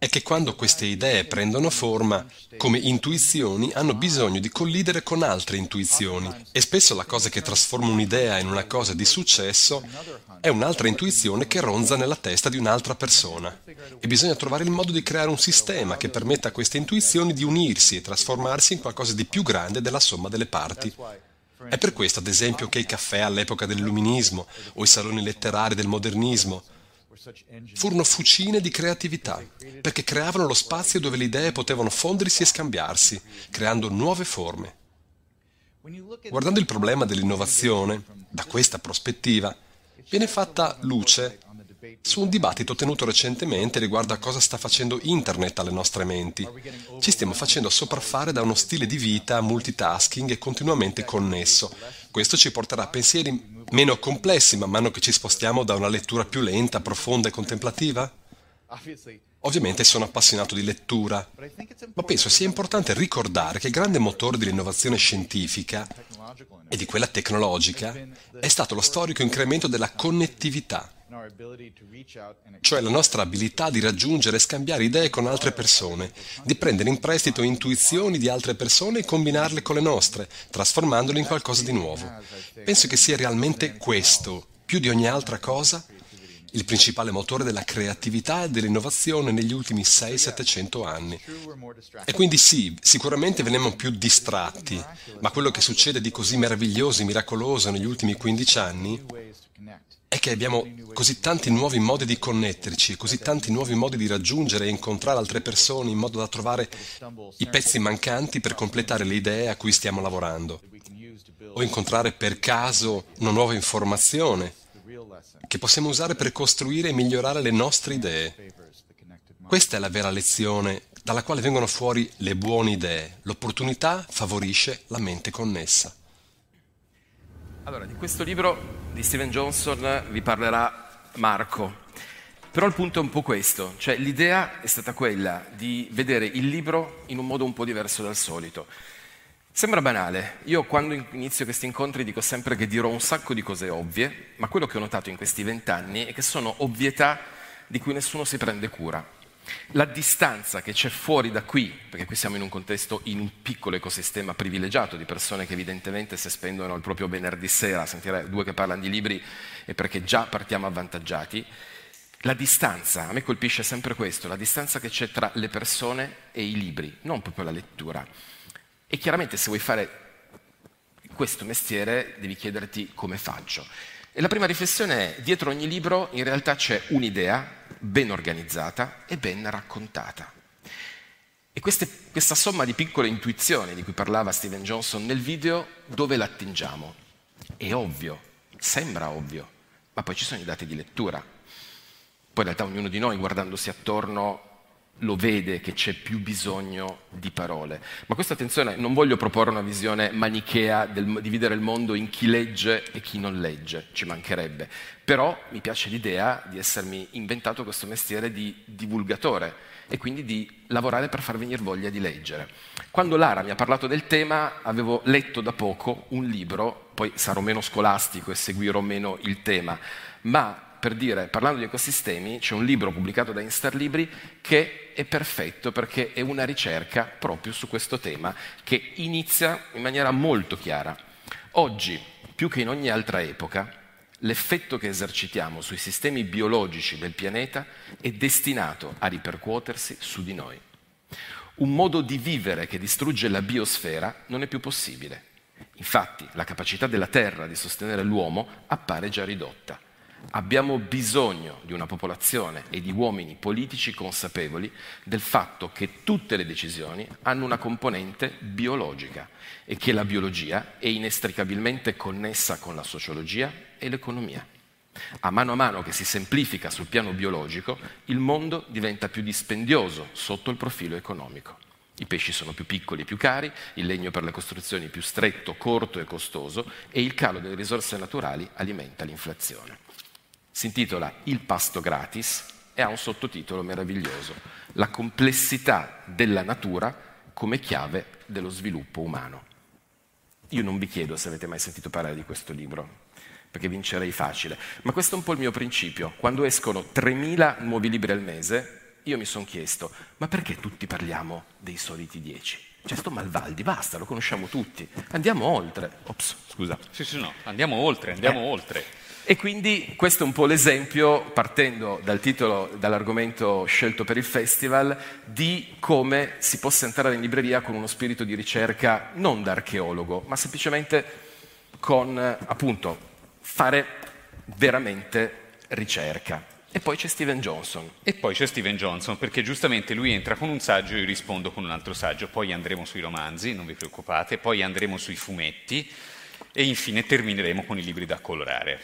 è che quando queste idee prendono forma, come intuizioni, hanno bisogno di collidere con altre intuizioni. E spesso la cosa che trasforma un'idea in una cosa di successo è un'altra intuizione che ronza nella testa di un'altra persona. E bisogna trovare il modo di creare un sistema che permetta a queste intuizioni di unirsi e trasformarsi in qualcosa di più grande della somma delle parti. È per questo, ad esempio, che i caffè all'epoca dell'illuminismo o i saloni letterari del modernismo furono fucine di creatività, perché creavano lo spazio dove le idee potevano fondersi e scambiarsi, creando nuove forme. Guardando il problema dell'innovazione, da questa prospettiva, viene fatta luce su un dibattito tenuto recentemente riguardo a cosa sta facendo Internet alle nostre menti. Ci stiamo facendo sopraffare da uno stile di vita multitasking e continuamente connesso. Questo ci porterà a pensieri meno complessi man mano che ci spostiamo da una lettura più lenta, profonda e contemplativa? Ovviamente sono appassionato di lettura, ma penso sia importante ricordare che il grande motore dell'innovazione scientifica e di quella tecnologica è stato lo storico incremento della connettività, cioè la nostra abilità di raggiungere e scambiare idee con altre persone, di prendere in prestito intuizioni di altre persone e combinarle con le nostre, trasformandole in qualcosa di nuovo. Penso che sia realmente questo, più di ogni altra cosa, il principale motore della creatività e dell'innovazione negli ultimi 600-700 anni. E quindi sì, sicuramente veniamo più distratti, ma quello che succede di così meraviglioso e miracoloso negli ultimi 15 anni è che abbiamo così tanti nuovi modi di connetterci, così tanti nuovi modi di raggiungere e incontrare altre persone in modo da trovare i pezzi mancanti per completare le idee a cui stiamo lavorando, o incontrare per caso una nuova informazione che possiamo usare per costruire e migliorare le nostre idee. Questa è la vera lezione dalla quale vengono fuori le buone idee. L'opportunità favorisce la mente connessa. Allora, di questo libro di Steven Johnson vi parlerà Marco, però il punto è un po' questo, cioè l'idea è stata quella di vedere il libro in un modo un po' diverso dal solito. Sembra banale, io quando inizio questi incontri dico sempre che dirò un sacco di cose ovvie, ma quello che ho notato in questi 20 anni è che sono ovvietà di cui nessuno si prende cura. La distanza che c'è fuori da qui, perché qui siamo in un contesto, in un piccolo ecosistema privilegiato di persone che evidentemente se spendono il proprio venerdì sera a sentire due che parlano di libri è perché già partiamo avvantaggiati. La distanza, a me colpisce sempre questo, la distanza che c'è tra le persone e i libri, non proprio la lettura. E chiaramente se vuoi fare questo mestiere devi chiederti come faccio. E la prima riflessione è, dietro ogni libro in realtà c'è un'idea ben organizzata e ben raccontata. E questa somma di piccole intuizioni di cui parlava Steven Johnson nel video, dove la attingiamo? È ovvio, sembra ovvio, ma poi ci sono i dati di lettura. Poi in realtà ognuno di noi guardandosi attorno lo vede che c'è più bisogno di parole. Ma questa, attenzione, non voglio proporre una visione manichea del dividere il mondo in chi legge e chi non legge, ci mancherebbe. Però mi piace l'idea di essermi inventato questo mestiere di divulgatore e quindi di lavorare per far venire voglia di leggere. Quando Lara mi ha parlato del tema, avevo letto da poco un libro, poi sarò meno scolastico e seguirò meno il tema, ma per dire, parlando di ecosistemi, c'è un libro pubblicato da Instar Libri che è perfetto perché è una ricerca proprio su questo tema che inizia in maniera molto chiara. Oggi, più che in ogni altra epoca, l'effetto che esercitiamo sui sistemi biologici del pianeta è destinato a ripercuotersi su di noi. Un modo di vivere che distrugge la biosfera non è più possibile. Infatti, la capacità della Terra di sostenere l'uomo appare già ridotta. Abbiamo bisogno di una popolazione e di uomini politici consapevoli del fatto che tutte le decisioni hanno una componente biologica e che la biologia è inestricabilmente connessa con la sociologia e l'economia. A mano che si semplifica sul piano biologico, il mondo diventa più dispendioso sotto il profilo economico. I pesci sono più piccoli e più cari, il legno per le costruzioni più stretto, corto e costoso e il calo delle risorse naturali alimenta l'inflazione. Si intitola Il pasto gratis e ha un sottotitolo meraviglioso: La complessità della natura come chiave dello sviluppo umano. Io non vi chiedo se avete mai sentito parlare di questo libro, perché vincerei facile, ma questo è un po' il mio principio. Quando escono 3.000 nuovi libri al mese, io mi sono chiesto, ma perché tutti parliamo dei soliti 10? Cioè sto Malvaldi, basta, lo conosciamo tutti, andiamo oltre. Ops, scusa. Sì, no, andiamo oltre. E quindi questo è un po' l'esempio, partendo dal titolo, dall'argomento scelto per il festival, di come si possa entrare in libreria con uno spirito di ricerca non da archeologo, ma semplicemente con, appunto, fare veramente ricerca. E poi c'è Steven Johnson. Perché giustamente lui entra con un saggio e io rispondo con un altro saggio, poi andremo sui romanzi, non vi preoccupate, poi andremo sui fumetti e infine termineremo con i libri da colorare.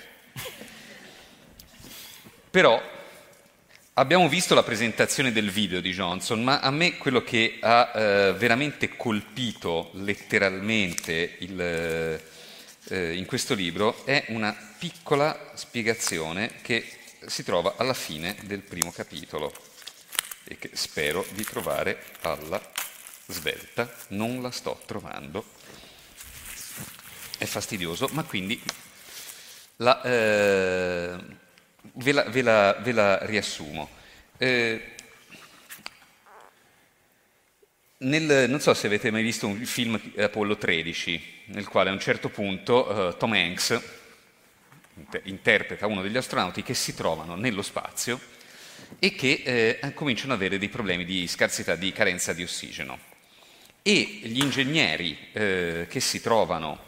Però abbiamo visto la presentazione del video di Johnson, ma a me quello che ha veramente colpito letteralmente in questo libro è una piccola spiegazione che si trova alla fine del primo capitolo e che spero di trovare alla svelta. Non la sto trovando, è fastidioso, ma quindi ve la riassumo. Non so se avete mai visto un film Apollo 13, nel quale a un certo punto Tom Hanks interpreta uno degli astronauti che si trovano nello spazio e che cominciano ad avere dei problemi di scarsità, di carenza di ossigeno. E gli ingegneri che si trovano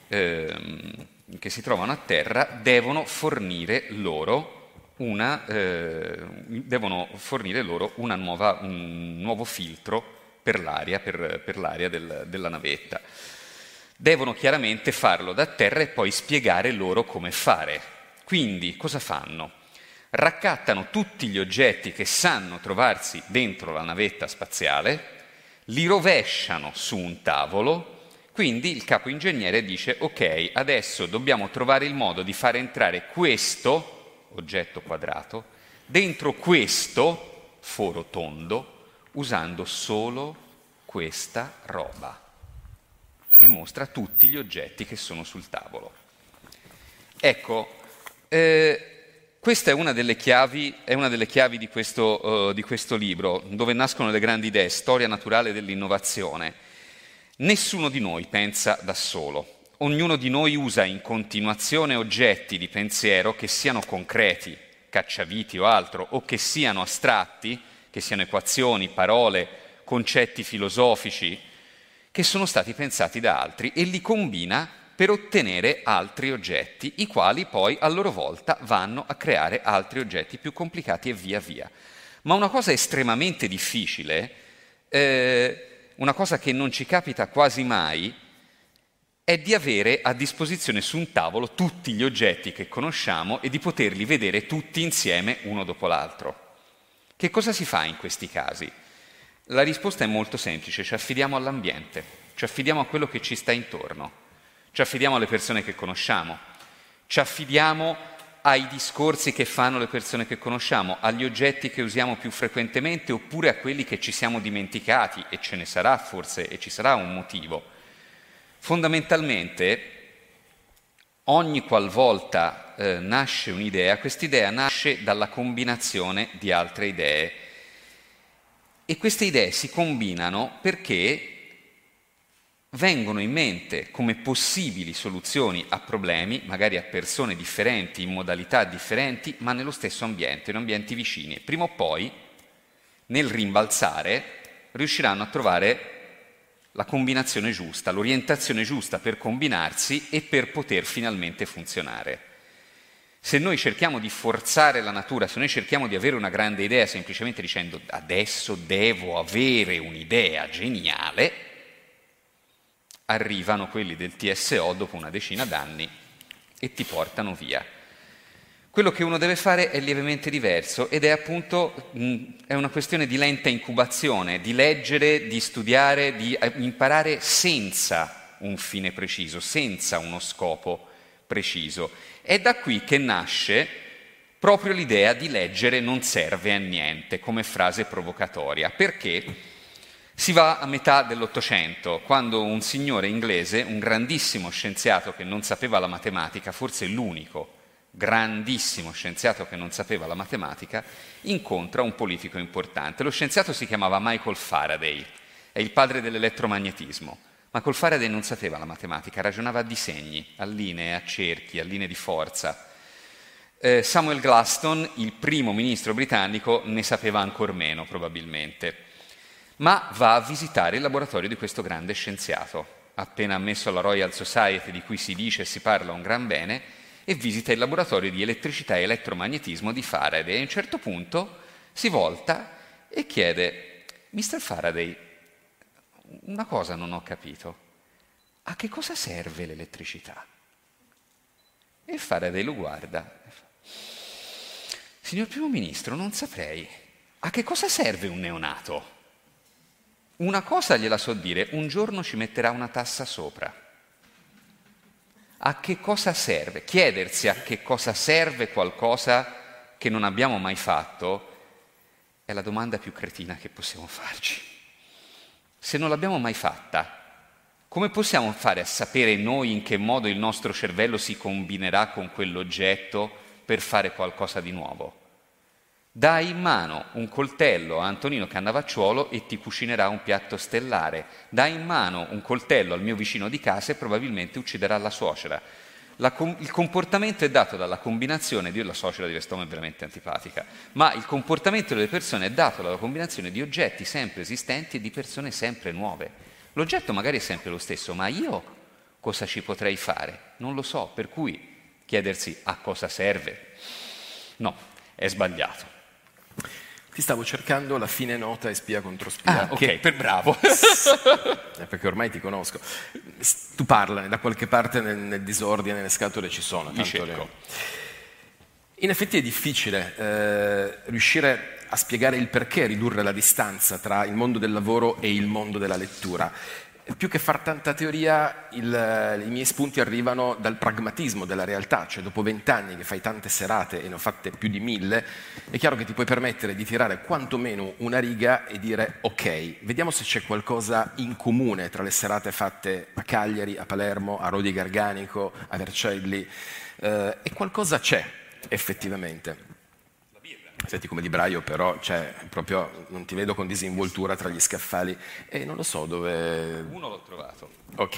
a terra devono fornire loro un nuovo filtro per l'aria, per l'aria della navetta. Devono chiaramente farlo da terra e poi spiegare loro come fare. Quindi cosa fanno? Raccattano tutti gli oggetti che sanno trovarsi dentro la navetta spaziale, li rovesciano su un tavolo, quindi il capo ingegnere dice: ok, adesso dobbiamo trovare il modo di far entrare questo oggetto quadrato dentro questo foro tondo usando solo questa roba. E mostra tutti gli oggetti che sono sul tavolo. Ecco, questa è una delle chiavi di questo libro, dove nascono le grandi idee, storia naturale dell'innovazione. Nessuno di noi pensa da solo. Ognuno di noi usa in continuazione oggetti di pensiero che siano concreti, cacciaviti o altro, o che siano astratti, che siano equazioni, parole, concetti filosofici, che sono stati pensati da altri e li combina per ottenere altri oggetti, i quali poi a loro volta vanno a creare altri oggetti più complicati e via via. Ma una cosa estremamente difficile, una cosa che non ci capita quasi mai, è di avere a disposizione su un tavolo tutti gli oggetti che conosciamo e di poterli vedere tutti insieme uno dopo l'altro. Che cosa si fa in questi casi? La risposta è molto semplice: ci affidiamo all'ambiente, ci affidiamo a quello che ci sta intorno, ci affidiamo alle persone che conosciamo, ci affidiamo ai discorsi che fanno le persone che conosciamo, agli oggetti che usiamo più frequentemente oppure a quelli che ci siamo dimenticati, e ce ne sarà forse, e ci sarà un motivo. Fondamentalmente, ogni qualvolta nasce un'idea, quest'idea nasce dalla combinazione di altre idee. E queste idee si combinano perché vengono in mente come possibili soluzioni a problemi, magari a persone differenti, in modalità differenti, ma nello stesso ambiente, in ambienti vicini. Prima o poi, nel rimbalzare, riusciranno a trovare la combinazione giusta, l'orientazione giusta per combinarsi e per poter finalmente funzionare. Se noi cerchiamo di forzare la natura, se noi cerchiamo di avere una grande idea semplicemente dicendo adesso devo avere un'idea geniale, arrivano quelli del TSO dopo una decina d'anni e ti portano via. Quello che uno deve fare è lievemente diverso ed è appunto è una questione di lenta incubazione, di leggere, di studiare, di imparare senza un fine preciso, senza uno scopo preciso. È da qui che nasce proprio l'idea di leggere non serve a niente come frase provocatoria, perché si va a metà dell'Ottocento, quando un signore inglese, un grandissimo scienziato che non sapeva la matematica, forse l'unico grandissimo scienziato che non sapeva la matematica, incontra un politico importante. Lo scienziato si chiamava Michael Faraday, è il padre dell'elettromagnetismo. Michael Faraday non sapeva la matematica, ragionava a disegni, a linee, a cerchi, a linee di forza. Samuel Gladstone, il primo ministro britannico, ne sapeva ancor meno probabilmente, ma va a visitare il laboratorio di questo grande scienziato, appena ammesso alla Royal Society, di cui si dice e si parla un gran bene, e visita il laboratorio di elettricità e elettromagnetismo di Faraday. E a un certo punto si volta e chiede: Mr. Faraday, una cosa non ho capito, a che cosa serve l'elettricità? E Faraday lo guarda: signor primo ministro, non saprei. A che cosa serve un neonato? Una cosa gliela so dire: un giorno ci metterà una tassa sopra. A che cosa serve? Chiedersi a che cosa serve qualcosa che non abbiamo mai fatto è la domanda più cretina che possiamo farci. Se non l'abbiamo mai fatta, come possiamo fare a sapere noi in che modo il nostro cervello si combinerà con quell'oggetto per fare qualcosa di nuovo? Dai in mano un coltello a Antonino Cannavacciuolo e ti cucinerà un piatto stellare. Dai in mano un coltello al mio vicino di casa e probabilmente ucciderà la suocera. Il comportamento è dato dalla combinazione di... La suocera di quest'uomo è veramente antipatica, ma il comportamento delle persone è dato dalla combinazione di oggetti sempre esistenti e di persone sempre nuove. L'oggetto magari è sempre lo stesso, ma io cosa ci potrei fare? Non lo so, per cui chiedersi a cosa serve? No, è sbagliato. Ti stavo cercando la fine nota e spia contro spia. Ok, per bravo. Perché ormai ti conosco. Tu parlane, da qualche parte nel disordine, nelle scatole ci sono. In effetti è difficile riuscire a spiegare il perché ridurre la distanza tra il mondo del lavoro e il mondo della lettura. Più che far tanta teoria, i miei spunti arrivano dal pragmatismo della realtà, cioè dopo 20 anni che fai tante serate, e ne ho fatte più di 1000, è chiaro che ti puoi permettere di tirare quantomeno una riga e dire: ok, vediamo se c'è qualcosa in comune tra le serate fatte a Cagliari, a Palermo, a Rodi Garganico, a Vercelli, e qualcosa c'è effettivamente. Senti, come libraio però, cioè, proprio non ti vedo con disinvoltura tra gli scaffali e non lo so dove... Uno l'ho trovato. Ok.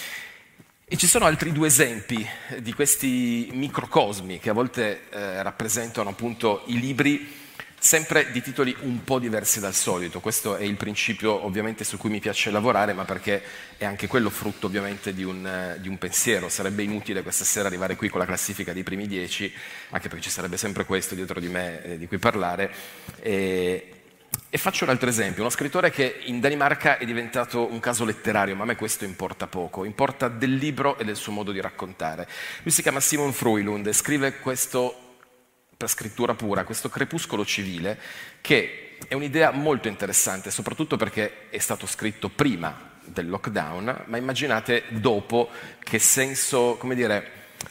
E ci sono altri 2 esempi di questi microcosmi che a volte rappresentano appunto i libri, sempre di titoli un po' diversi dal solito. Questo è il principio ovviamente su cui mi piace lavorare, ma perché è anche quello frutto ovviamente di un pensiero. Sarebbe inutile questa sera arrivare qui con la classifica dei primi 10, anche perché ci sarebbe sempre questo dietro di me di cui parlare. E faccio un altro esempio, uno scrittore che in Danimarca è diventato un caso letterario, ma a me questo importa poco, importa del libro e del suo modo di raccontare. Lui si chiama Simon Froilund e scrive questo, per scrittura pura, questo Crepuscolo civile, che è un'idea molto interessante, soprattutto perché è stato scritto prima del lockdown, ma immaginate dopo che senso, come dire,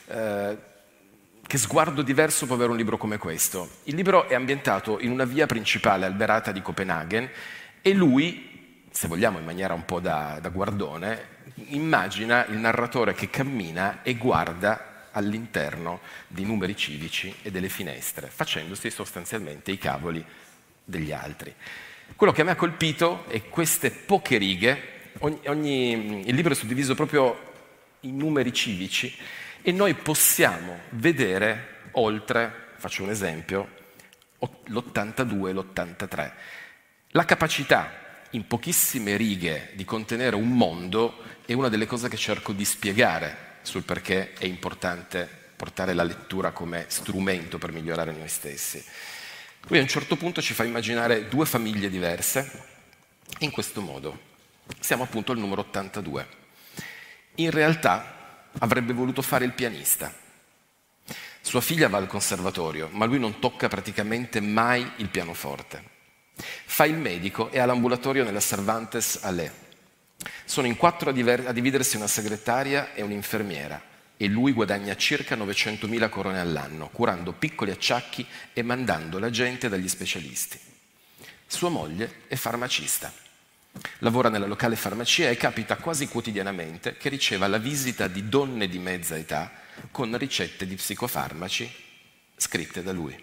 che sguardo diverso può avere un libro come questo. Il libro è ambientato in una via principale alberata di Copenaghen e lui, se vogliamo in maniera un po' da guardone, immagina il narratore che cammina e guarda all'interno dei numeri civici e delle finestre, facendosi sostanzialmente i cavoli degli altri. Quello che a me ha colpito è queste poche righe, il libro è suddiviso proprio in numeri civici e noi possiamo vedere oltre, faccio un esempio, l'82 e l'83. La capacità in pochissime righe di contenere un mondo è una delle cose che cerco di spiegare sul perché è importante portare la lettura come strumento per migliorare noi stessi. Lui a un certo punto ci fa immaginare 2 famiglie diverse in questo modo. Siamo appunto al numero 82. In realtà avrebbe voluto fare il pianista. Sua figlia va al conservatorio, ma lui non tocca praticamente mai il pianoforte. Fa il medico e ha l'ambulatorio nella Cervantes Allais. Sono in 4 a dividersi una segretaria e un'infermiera e lui guadagna circa 900.000 corone all'anno, curando piccoli acciacchi e mandando la gente dagli specialisti. Sua moglie è farmacista. Lavora nella locale farmacia e capita quasi quotidianamente che riceva la visita di donne di mezza età con ricette di psicofarmaci scritte da lui.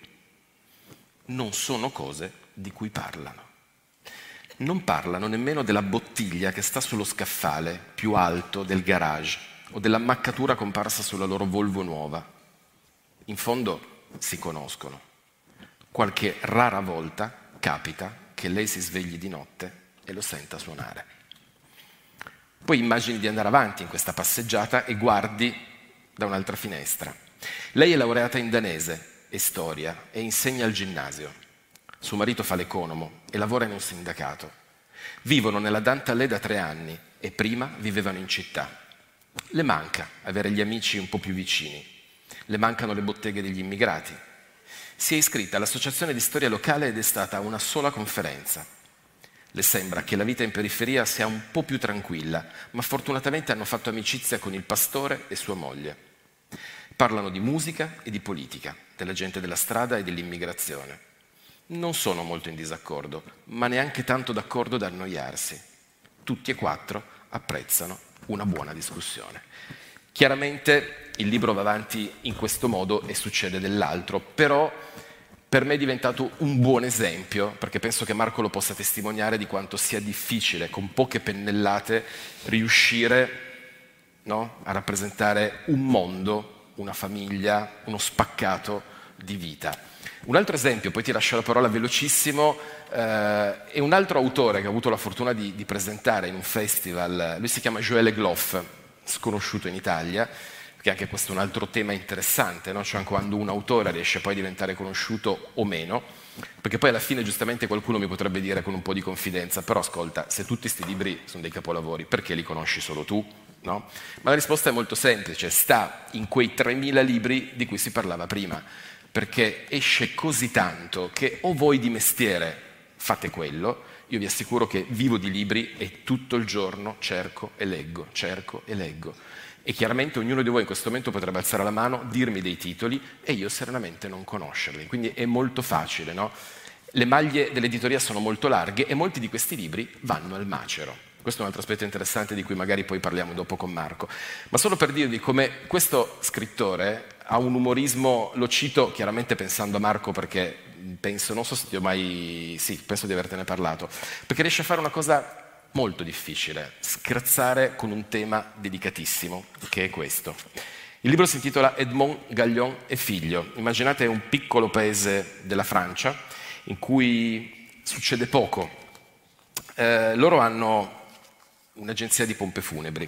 Non sono cose di cui parlano. Non parlano nemmeno della bottiglia che sta sullo scaffale più alto del garage o dell'ammaccatura comparsa sulla loro Volvo nuova. In fondo si conoscono. Qualche rara volta capita che lei si svegli di notte e lo senta suonare. Poi immagini di andare avanti in questa passeggiata e guardi da un'altra finestra. Lei è laureata in danese e storia e insegna al ginnasio. Suo marito fa l'economo e lavora in un sindacato. Vivono nella Dantalè da 3 anni e prima vivevano in città. Le manca avere gli amici un po' più vicini. Le mancano le botteghe degli immigrati. Si è iscritta all'associazione di storia locale ed è stata a una sola conferenza. Le sembra che la vita in periferia sia un po' più tranquilla, ma fortunatamente hanno fatto amicizia con il pastore e sua moglie. Parlano di musica e di politica, della gente della strada e dell'immigrazione. Non sono molto in disaccordo, ma neanche tanto d'accordo da annoiarsi. Tutti e 4 apprezzano una buona discussione. Chiaramente il libro va avanti in questo modo e succede dell'altro, però per me è diventato un buon esempio, perché penso che Marco lo possa testimoniare di quanto sia difficile, con poche pennellate, riuscire, no, a rappresentare un mondo, una famiglia, uno spaccato di vita. Un altro esempio, poi ti lascio la parola velocissimo, è un altro autore che ho avuto la fortuna di presentare in un festival. Lui si chiama Joël Egloff, sconosciuto in Italia, perché anche questo è un altro tema interessante, no? Cioè quando un autore riesce poi a diventare conosciuto o meno, perché poi alla fine giustamente qualcuno mi potrebbe dire con un po' di confidenza, però ascolta, se tutti questi libri sono dei capolavori, perché li conosci solo tu? No? Ma la risposta è molto semplice, sta in quei 3.000 libri di cui si parlava prima, perché esce così tanto che o voi di mestiere fate quello, io vi assicuro che vivo di libri e tutto il giorno cerco e leggo. E chiaramente ognuno di voi in questo momento potrebbe alzare la mano, dirmi dei titoli e io serenamente non conoscerli. Quindi è molto facile, no? Le maglie dell'editoria sono molto larghe e molti di questi libri vanno al macero. Questo è un altro aspetto interessante di cui magari poi parliamo dopo con Marco. Ma solo per dirvi come questo scrittore ha un umorismo, lo cito chiaramente pensando a Marco perché penso, non so se ti ho mai, sì, penso di avertene parlato, perché riesce a fare una cosa molto difficile, scherzare con un tema delicatissimo, che è questo. Il libro si intitola Edmond Gallion e figlio. Immaginate un piccolo paese della Francia in cui succede poco. Loro hanno un'agenzia di pompe funebri.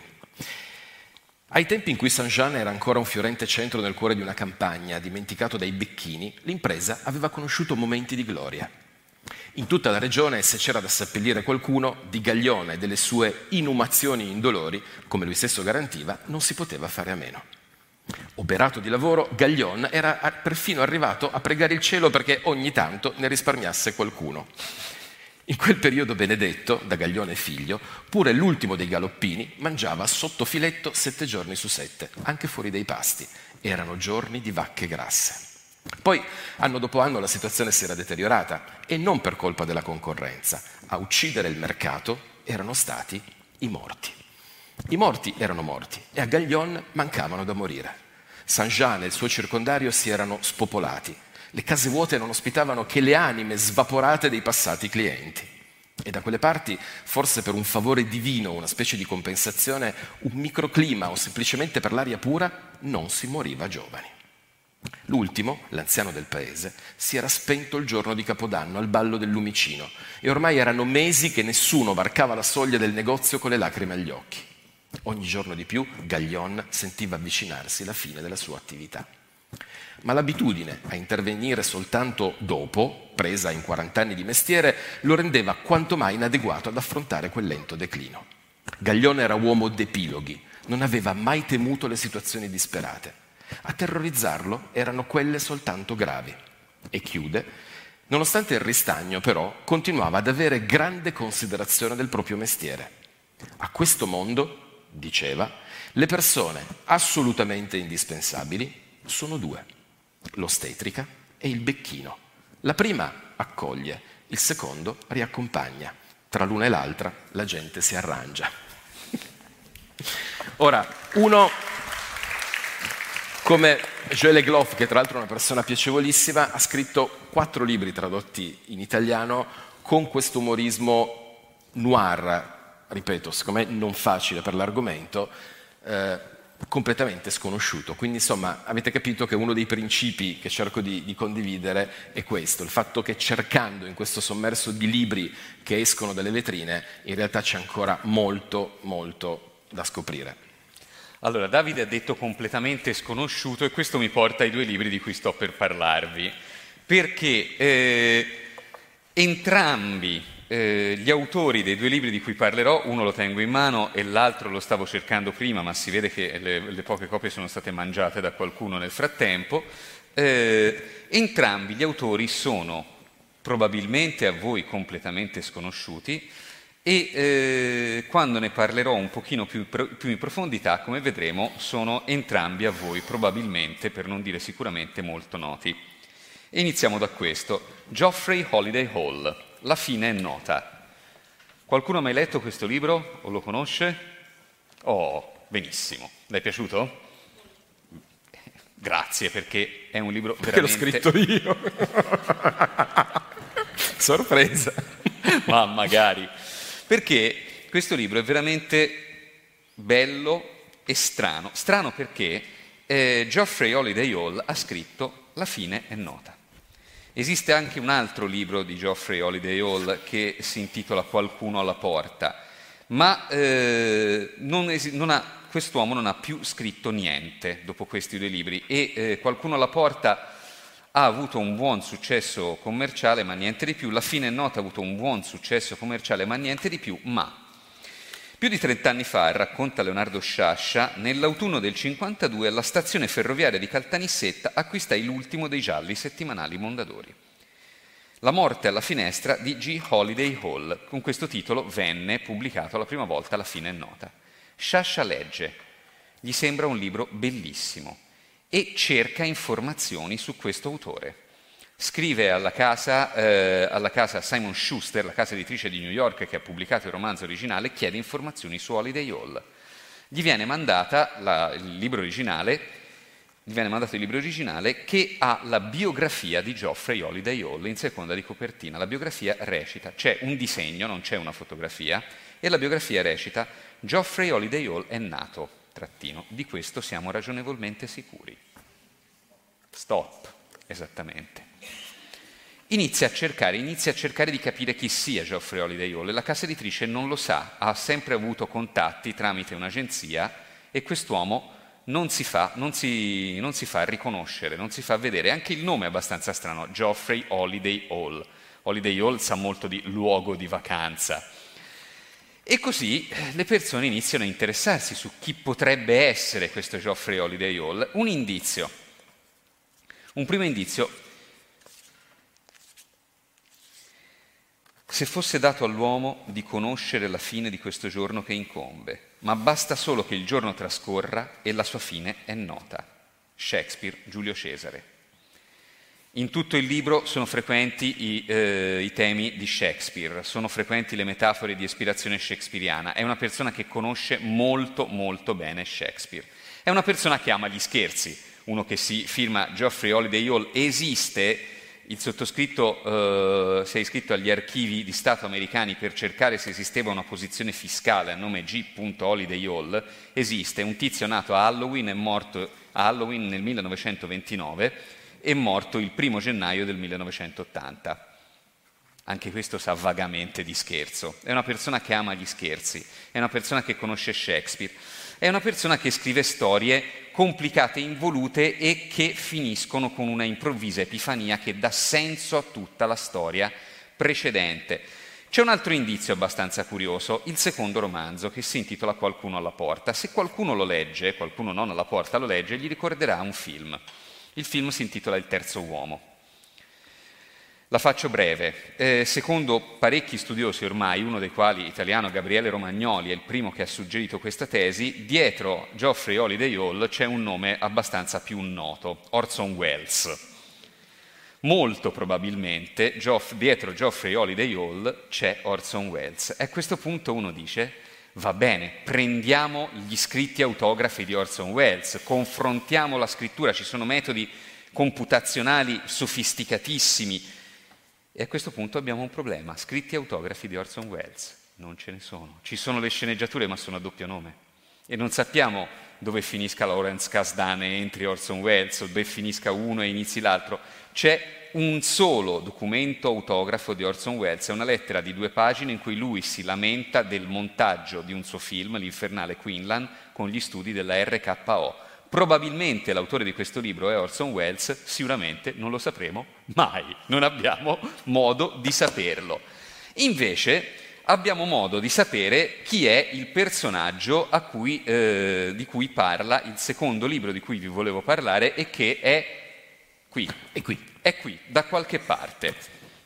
Ai tempi in cui Saint-Jean era ancora un fiorente centro nel cuore di una campagna, dimenticato dai becchini, l'impresa aveva conosciuto momenti di gloria. In tutta la regione, se c'era da seppellire qualcuno, di Gallion e delle sue inumazioni indolori, come lui stesso garantiva, non si poteva fare a meno. Oberato di lavoro, Gallion era perfino arrivato a pregare il cielo perché ogni tanto ne risparmiasse qualcuno. In quel periodo benedetto, da Gallion e figlio, pure l'ultimo dei galoppini mangiava sotto filetto 7 giorni su 7, anche fuori dai pasti. Erano giorni di vacche grasse. Poi, anno dopo anno, la situazione si era deteriorata, e non per colpa della concorrenza. A uccidere il mercato erano stati i morti. I morti erano morti, e a Gallion mancavano da morire. Saint-Jean e il suo circondario si erano spopolati. Le case vuote non ospitavano che le anime svaporate dei passati clienti. E da quelle parti, forse per un favore divino, una specie di compensazione, un microclima o semplicemente per l'aria pura, non si moriva giovani. L'ultimo, l'anziano del paese, si era spento il giorno di Capodanno al ballo del lumicino e ormai erano mesi che nessuno varcava la soglia del negozio con le lacrime agli occhi. Ogni giorno di più Gallion sentiva avvicinarsi la fine della sua attività. Ma l'abitudine a intervenire soltanto dopo, presa in 40 anni di mestiere, lo rendeva quanto mai inadeguato ad affrontare quel lento declino. Gallion era uomo d'epiloghi, non aveva mai temuto le situazioni disperate. A terrorizzarlo erano quelle soltanto gravi. E chiude, nonostante il ristagno però, continuava ad avere grande considerazione del proprio mestiere. A questo mondo, diceva, le persone assolutamente indispensabili sono 2. L'ostetrica e il becchino. La prima accoglie, il secondo riaccompagna. tra l'una e l'altra la gente si arrangia. Ora, uno come Joël Egloff, che tra l'altro è una persona piacevolissima, ha scritto 4 libri tradotti in italiano con questo umorismo noir, ripeto, secondo me non facile per l'argomento, completamente sconosciuto. Quindi insomma avete capito che uno dei principi che cerco di condividere è questo, il fatto che cercando in questo sommerso di libri che escono dalle vetrine in realtà c'è ancora molto da scoprire. Allora, Davide ha detto completamente sconosciuto, e questo mi porta ai 2 libri di cui sto per parlarvi, perché entrambi gli autori dei 2 libri di cui parlerò, uno lo tengo in mano e l'altro lo stavo cercando prima, ma si vede che le poche copie sono state mangiate da qualcuno nel frattempo, entrambi gli autori sono probabilmente a voi completamente sconosciuti, e quando ne parlerò un pochino più in profondità, come vedremo, sono entrambi a voi probabilmente, per non dire sicuramente, molto noti. E iniziamo da questo, Geoffrey Holiday Hall, La fine è nota. Qualcuno ha mai letto questo libro o lo conosce? Oh, benissimo. Le è piaciuto? Grazie, perché è un libro veramente... Perché l'ho scritto io? Sorpresa! Ma magari... Perché questo libro è veramente bello e strano. Strano perché Geoffrey Holiday Hall ha scritto La fine è nota. Esiste anche un altro libro di Geoffrey Holiday Hall che si intitola Qualcuno alla porta, ma quest'uomo non ha più scritto niente dopo questi 2 libri, e Qualcuno alla porta ha avuto un buon successo commerciale, ma niente di più. La fine è nota, ha avuto un buon successo commerciale, ma niente di più. Ma più di 30 anni fa, racconta Leonardo Sciascia, nell'autunno del 52 alla stazione ferroviaria di Caltanissetta acquistai l'ultimo dei gialli settimanali Mondadori. La morte alla finestra di G. Holiday Hall. Con questo titolo venne pubblicato la prima volta La fine è nota. Sciascia legge, gli sembra un libro bellissimo, e cerca informazioni su questo autore. Scrive alla casa Simon Schuster, la casa editrice di New York che ha pubblicato il romanzo originale, chiede informazioni su Holiday Hall. Gli viene mandato il libro originale che ha la biografia di Geoffrey Holiday Hall in seconda di copertina. La biografia recita, c'è un disegno, non c'è una fotografia, e la biografia recita: Geoffrey Holiday Hall è nato, di questo siamo ragionevolmente sicuri. Stop, esattamente. Inizia a cercare di capire chi sia Geoffrey Holiday Hall, e la casa editrice non lo sa, ha sempre avuto contatti tramite un'agenzia, e quest'uomo non si fa riconoscere, non si fa vedere. Anche il nome è abbastanza strano, Geoffrey Holiday Hall. Holiday Hall sa molto di luogo di vacanza. E così le persone iniziano a interessarsi su chi potrebbe essere questo Geoffrey Holiday Hall. Un primo indizio: se fosse dato all'uomo di conoscere la fine di questo giorno che incombe, ma basta solo che il giorno trascorra e la sua fine è nota. Shakespeare, Giulio Cesare. In tutto il libro sono frequenti i temi di Shakespeare, sono frequenti le metafore di ispirazione shakespeariana. È una persona che conosce molto molto bene Shakespeare. È una persona che ama gli scherzi. Uno che si firma Geoffrey Holiday Hall esiste. Il sottoscritto si è iscritto agli archivi di Stato americani per cercare se esisteva una posizione fiscale a nome G. Holiday Hall. Esiste. Un tizio nato a Halloween, è morto a Halloween nel 1929, è morto il 1 gennaio del 1980. Anche questo sa vagamente di scherzo. È una persona che ama gli scherzi, è una persona che conosce Shakespeare, è una persona che scrive storie complicate, involute, e che finiscono con una improvvisa epifania che dà senso a tutta la storia precedente. C'è un altro indizio abbastanza curioso, il secondo romanzo, che si intitola Qualcuno alla porta. Se qualcuno lo legge, qualcuno non alla porta lo legge, gli ricorderà un film. Il film si intitola Il terzo uomo. La faccio breve. Secondo parecchi studiosi ormai, uno dei quali italiano Gabriele Romagnoli è il primo che ha suggerito questa tesi, dietro Geoffrey Holiday Hall c'è un nome abbastanza più noto, Orson Welles. molto probabilmente dietro Geoffrey Holiday Hall c'è Orson Welles. E a questo punto uno dice, va bene, prendiamo gli scritti autografi di Orson Welles, confrontiamo la scrittura, ci sono metodi computazionali sofisticatissimi. E a questo punto abbiamo un problema, scritti autografi di Orson Welles, non ce ne sono. Ci sono le sceneggiature, ma sono a doppio nome. E non sappiamo dove finisca Lawrence Kasdan e entri Orson Welles, o dove finisca uno e inizi l'altro. C'è un solo documento autografo di Orson Welles, è una lettera di 2 pagine in cui lui si lamenta del montaggio di un suo film, L'infernale Quinlan, con gli studi della RKO. Probabilmente l'autore di questo libro è Orson Welles, sicuramente non lo sapremo mai, non abbiamo modo di saperlo. Invece abbiamo modo di sapere chi è il personaggio di cui parla il secondo libro di cui vi volevo parlare e che è qui, da qualche parte.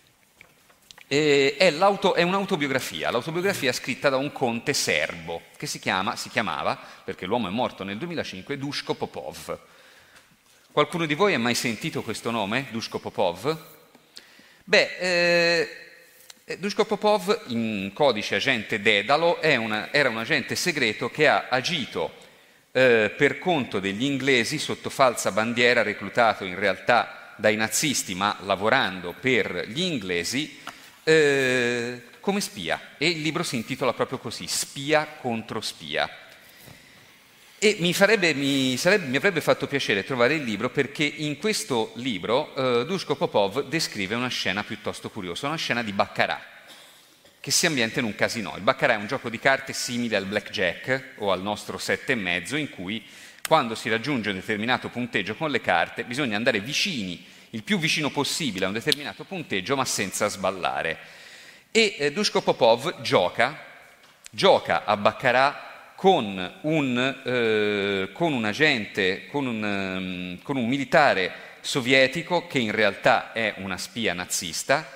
È un'autobiografia, l'autobiografia scritta da un conte serbo che si chiamava, perché l'uomo è morto nel 2005, Duško Popov. Qualcuno di voi ha mai sentito questo nome, Duško Popov? Duško Popov, in codice agente Dedalo, era un agente segreto che ha agito per conto degli inglesi sotto falsa bandiera, reclutato in realtà dai nazisti ma lavorando per gli inglesi come spia. E il libro si intitola proprio così, Spia contro spia. E mi avrebbe fatto piacere trovare il libro, perché in questo libro Duško Popov descrive una scena piuttosto curiosa, una scena di baccarat, che si ambienta in un casinò. Il baccarat è un gioco di carte simile al blackjack o al nostro 7,5, in cui quando si raggiunge un determinato punteggio con le carte bisogna andare vicini, il più vicino possibile a un determinato punteggio, ma senza sballare. E Duško Popov gioca a baccarat con un agente, con un militare sovietico che in realtà è una spia nazista,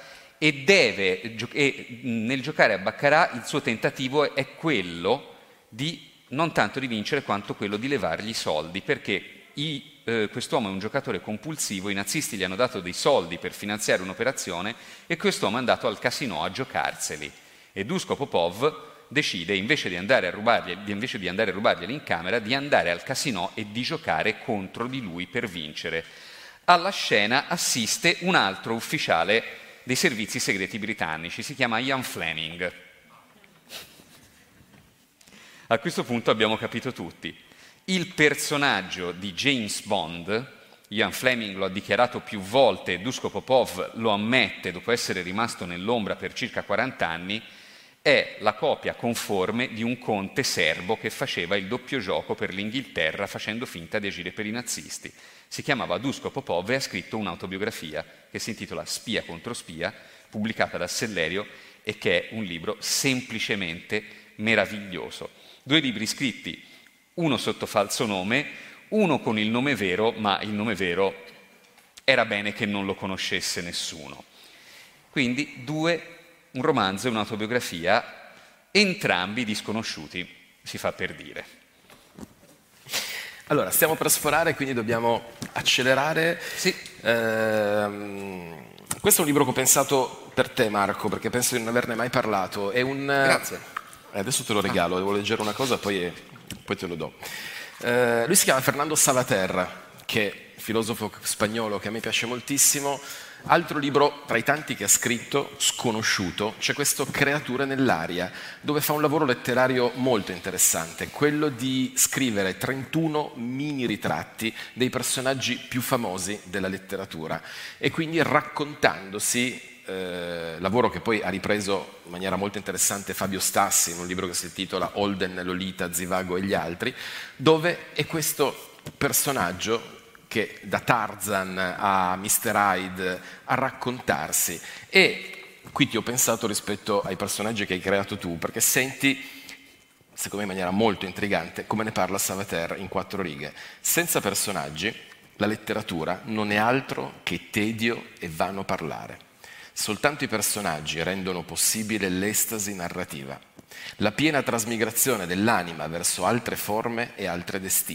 e nel giocare a baccarat il suo tentativo è quello di non tanto di vincere quanto quello di levargli i soldi, perché quest'uomo è un giocatore compulsivo, i nazisti gli hanno dato dei soldi per finanziare un'operazione e quest'uomo è andato al casinò a giocarseli. E Duško Popov decide, invece di andare a rubarglieli in camera, di andare al casinò e di giocare contro di lui per vincere. Alla scena assiste un altro ufficiale dei servizi segreti britannici, si chiama Ian Fleming. A questo punto abbiamo capito tutti. Il personaggio di James Bond, Ian Fleming lo ha dichiarato più volte, Duško Popov lo ammette dopo essere rimasto nell'ombra per circa 40 anni, è la copia conforme di un conte serbo che faceva il doppio gioco per l'Inghilterra facendo finta di agire per i nazisti. Si chiamava Duško Popov e ha scritto un'autobiografia che si intitola Spia contro spia, pubblicata da Sellerio, e che è un libro semplicemente meraviglioso. 2 libri scritti, uno sotto falso nome, uno con il nome vero, ma il nome vero era bene che non lo conoscesse nessuno. Quindi un romanzo e un'autobiografia, entrambi disconosciuti, si fa per dire. Allora, stiamo per sforare, quindi dobbiamo accelerare. Sì. Questo è un libro che ho pensato per te, Marco, perché penso di non averne mai parlato. Grazie. Adesso te lo regalo, devo leggere una cosa, poi te lo do. Lui si chiama Fernando Savater, che è un filosofo spagnolo che a me piace moltissimo. Altro libro tra i tanti che ha scritto, sconosciuto, c'è questo Creature nell'aria, dove fa un lavoro letterario molto interessante, quello di scrivere 31 mini ritratti dei personaggi più famosi della letteratura, e quindi raccontandosi, lavoro che poi ha ripreso in maniera molto interessante Fabio Stassi in un libro che si intitola Holden, Lolita, Zivago e gli altri, dove è questo personaggio che da Tarzan a Mr. Hyde a raccontarsi. E qui ti ho pensato rispetto ai personaggi che hai creato tu, perché senti, secondo me in maniera molto intrigante, come ne parla Savater in 4 righe. Senza personaggi la letteratura non è altro che tedio e vano parlare. Soltanto i personaggi rendono possibile l'estasi narrativa, la piena trasmigrazione dell'anima verso altre forme e altri destini.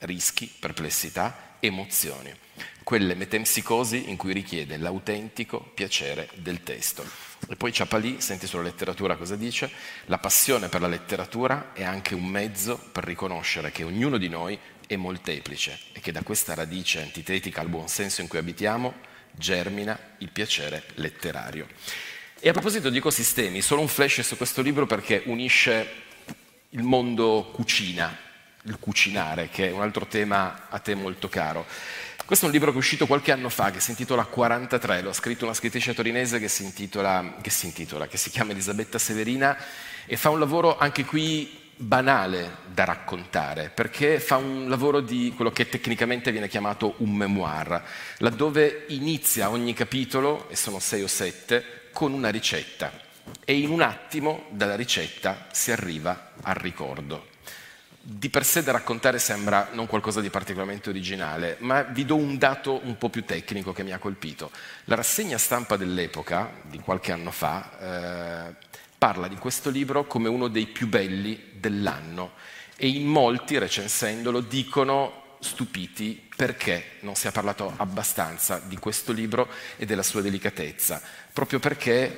rischi, perplessità, emozioni. Quelle metempsicosi in cui richiede l'autentico piacere del testo. E poi Ciapalì, senti sulla letteratura cosa dice: la passione per la letteratura è anche un mezzo per riconoscere che ognuno di noi è molteplice e che da questa radice antitetica al buonsenso in cui abitiamo germina il piacere letterario. E a proposito di ecosistemi, solo un flash su questo libro perché unisce il mondo cucina, il cucinare, che è un altro tema a te molto caro. Questo è un libro che è uscito qualche anno fa, che si intitola 43, lo ha scritto una scrittrice torinese che si chiama Elisabetta Severina, e fa un lavoro anche qui banale da raccontare, perché fa un lavoro di quello che tecnicamente viene chiamato un memoir, laddove inizia ogni capitolo, e sono 6 o 7, con una ricetta, e in un attimo dalla ricetta si arriva al ricordo. Di per sé da raccontare sembra non qualcosa di particolarmente originale, ma vi do un dato un po' più tecnico che mi ha colpito. La rassegna stampa dell'epoca, di qualche anno fa, parla di questo libro come uno dei più belli dell'anno, e in molti, recensendolo, dicono stupiti perché non si è parlato abbastanza di questo libro e della sua delicatezza, proprio perché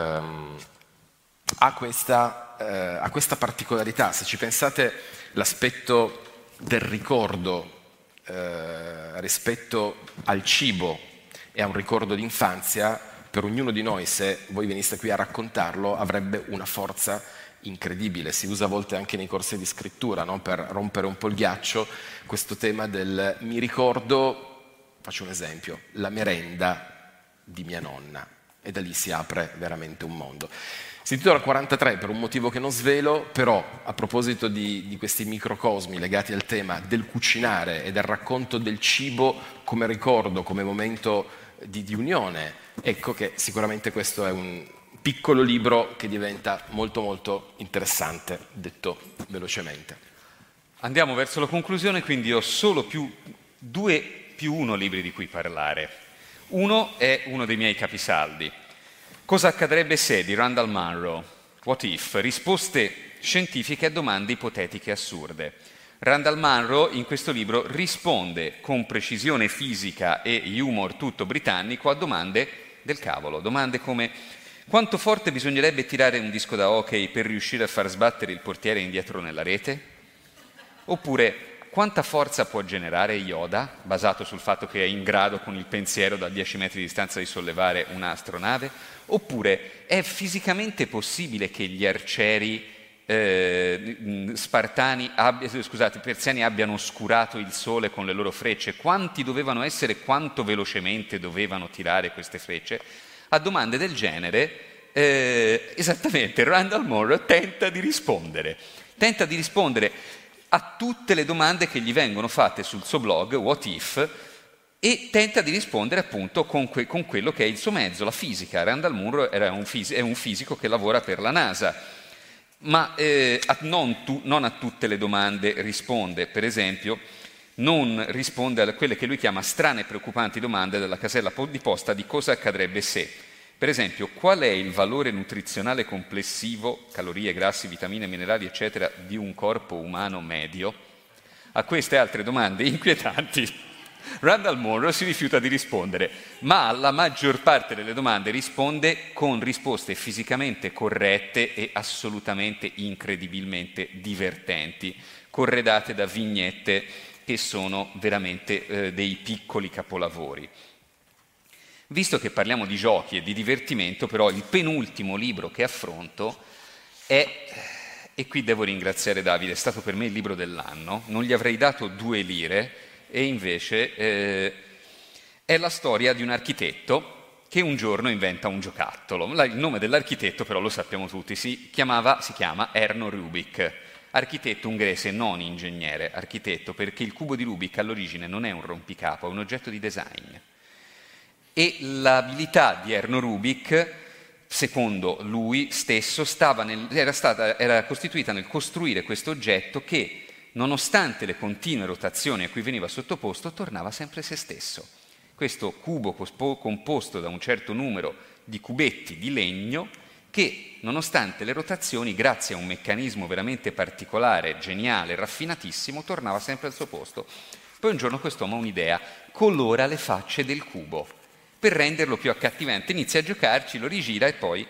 ha questa particolarità. Se ci pensate, l'aspetto del ricordo rispetto al cibo e a un ricordo d'infanzia, per ognuno di noi, se voi veniste qui a raccontarlo, avrebbe una forza incredibile. Si usa a volte anche nei corsi di scrittura, no? Per rompere un po' il ghiaccio, questo tema del mi ricordo, faccio un esempio, la merenda di mia nonna, e da lì si apre veramente un mondo. Si intitola 43 per un motivo che non svelo, però a proposito di questi microcosmi legati al tema del cucinare e del racconto del cibo come ricordo, come momento di unione, ecco che sicuramente questo è un piccolo libro che diventa molto molto interessante, detto velocemente. Andiamo verso la conclusione, quindi ho solo 2+1 libri di cui parlare. Uno è uno dei miei capisaldi. Cosa accadrebbe se, di Randall Munroe, What If? Risposte scientifiche a domande ipotetiche assurde. Randall Munroe in questo libro risponde con precisione fisica e humor tutto britannico a domande del cavolo. Domande come: quanto forte bisognerebbe tirare un disco da hockey per riuscire a far sbattere il portiere indietro nella rete? Oppure: quanta forza può generare Yoda, basato sul fatto che è in grado con il pensiero da 10 metri di distanza di sollevare un'astronave? Oppure: è fisicamente possibile che gli arcieri persiani abbiano oscurato il sole con le loro frecce? Quanti dovevano essere, quanto velocemente dovevano tirare queste frecce? A domande del genere, esattamente, Randall Munroe tenta di rispondere a tutte le domande che gli vengono fatte sul suo blog What If, e tenta di rispondere appunto con quello che è il suo mezzo, la fisica. Randall Munroe è un fisico che lavora per la NASA, ma non a tutte le domande risponde. Per esempio, non risponde a quelle che lui chiama strane e preoccupanti domande della casella di posta di cosa accadrebbe se. Per esempio, qual è il valore nutrizionale complessivo, calorie, grassi, vitamine, minerali, eccetera, di un corpo umano medio? A queste e altre domande inquietanti Randall Munroe si rifiuta di rispondere, ma alla maggior parte delle domande risponde con risposte fisicamente corrette e assolutamente incredibilmente divertenti, corredate da vignette che sono veramente dei piccoli capolavori. Visto che parliamo di giochi e di divertimento, però il penultimo libro che affronto è, e qui devo ringraziare Davide, è stato per me il libro dell'anno, non gli avrei dato 2 lire, e invece è la storia di un architetto che un giorno inventa un giocattolo. Il nome dell'architetto però lo sappiamo tutti, si chiama Erno Rubik, architetto ungherese, non ingegnere, architetto, perché il cubo di Rubik all'origine non è un rompicapo, è un oggetto di design. E l'abilità di Erno Rubik, secondo lui stesso, era costituita nel costruire questo oggetto che, nonostante le continue rotazioni a cui veniva sottoposto, tornava sempre se stesso. Questo cubo composto da un certo numero di cubetti di legno che nonostante le rotazioni, grazie a un meccanismo veramente particolare, geniale, raffinatissimo, tornava sempre al suo posto. Poi un giorno quest'uomo ha un'idea: colora le facce del cubo per renderlo più accattivante. Inizia a giocarci, lo rigira e poi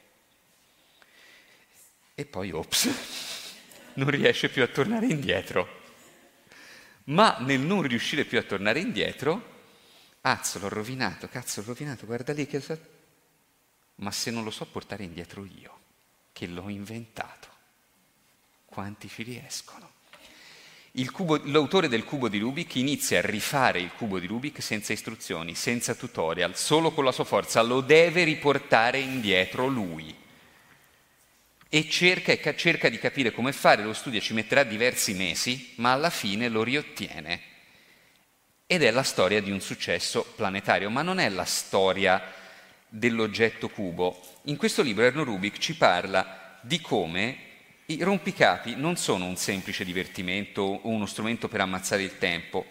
ops, non riesce più a tornare indietro. Ma nel non riuscire più a tornare indietro, cazzo l'ho rovinato, guarda lì che... Ma se non lo so portare indietro io, che l'ho inventato, quanti ci riescono? L'autore del cubo di Rubik inizia a rifare il cubo di Rubik senza istruzioni, senza tutorial, solo con la sua forza, lo deve riportare indietro lui. E cerca di capire come fare, lo studia, ci metterà diversi mesi, ma alla fine lo riottiene. Ed è la storia di un successo planetario, ma non è la storia dell'oggetto cubo. In questo libro Erno Rubik ci parla di come i rompicapi non sono un semplice divertimento o uno strumento per ammazzare il tempo,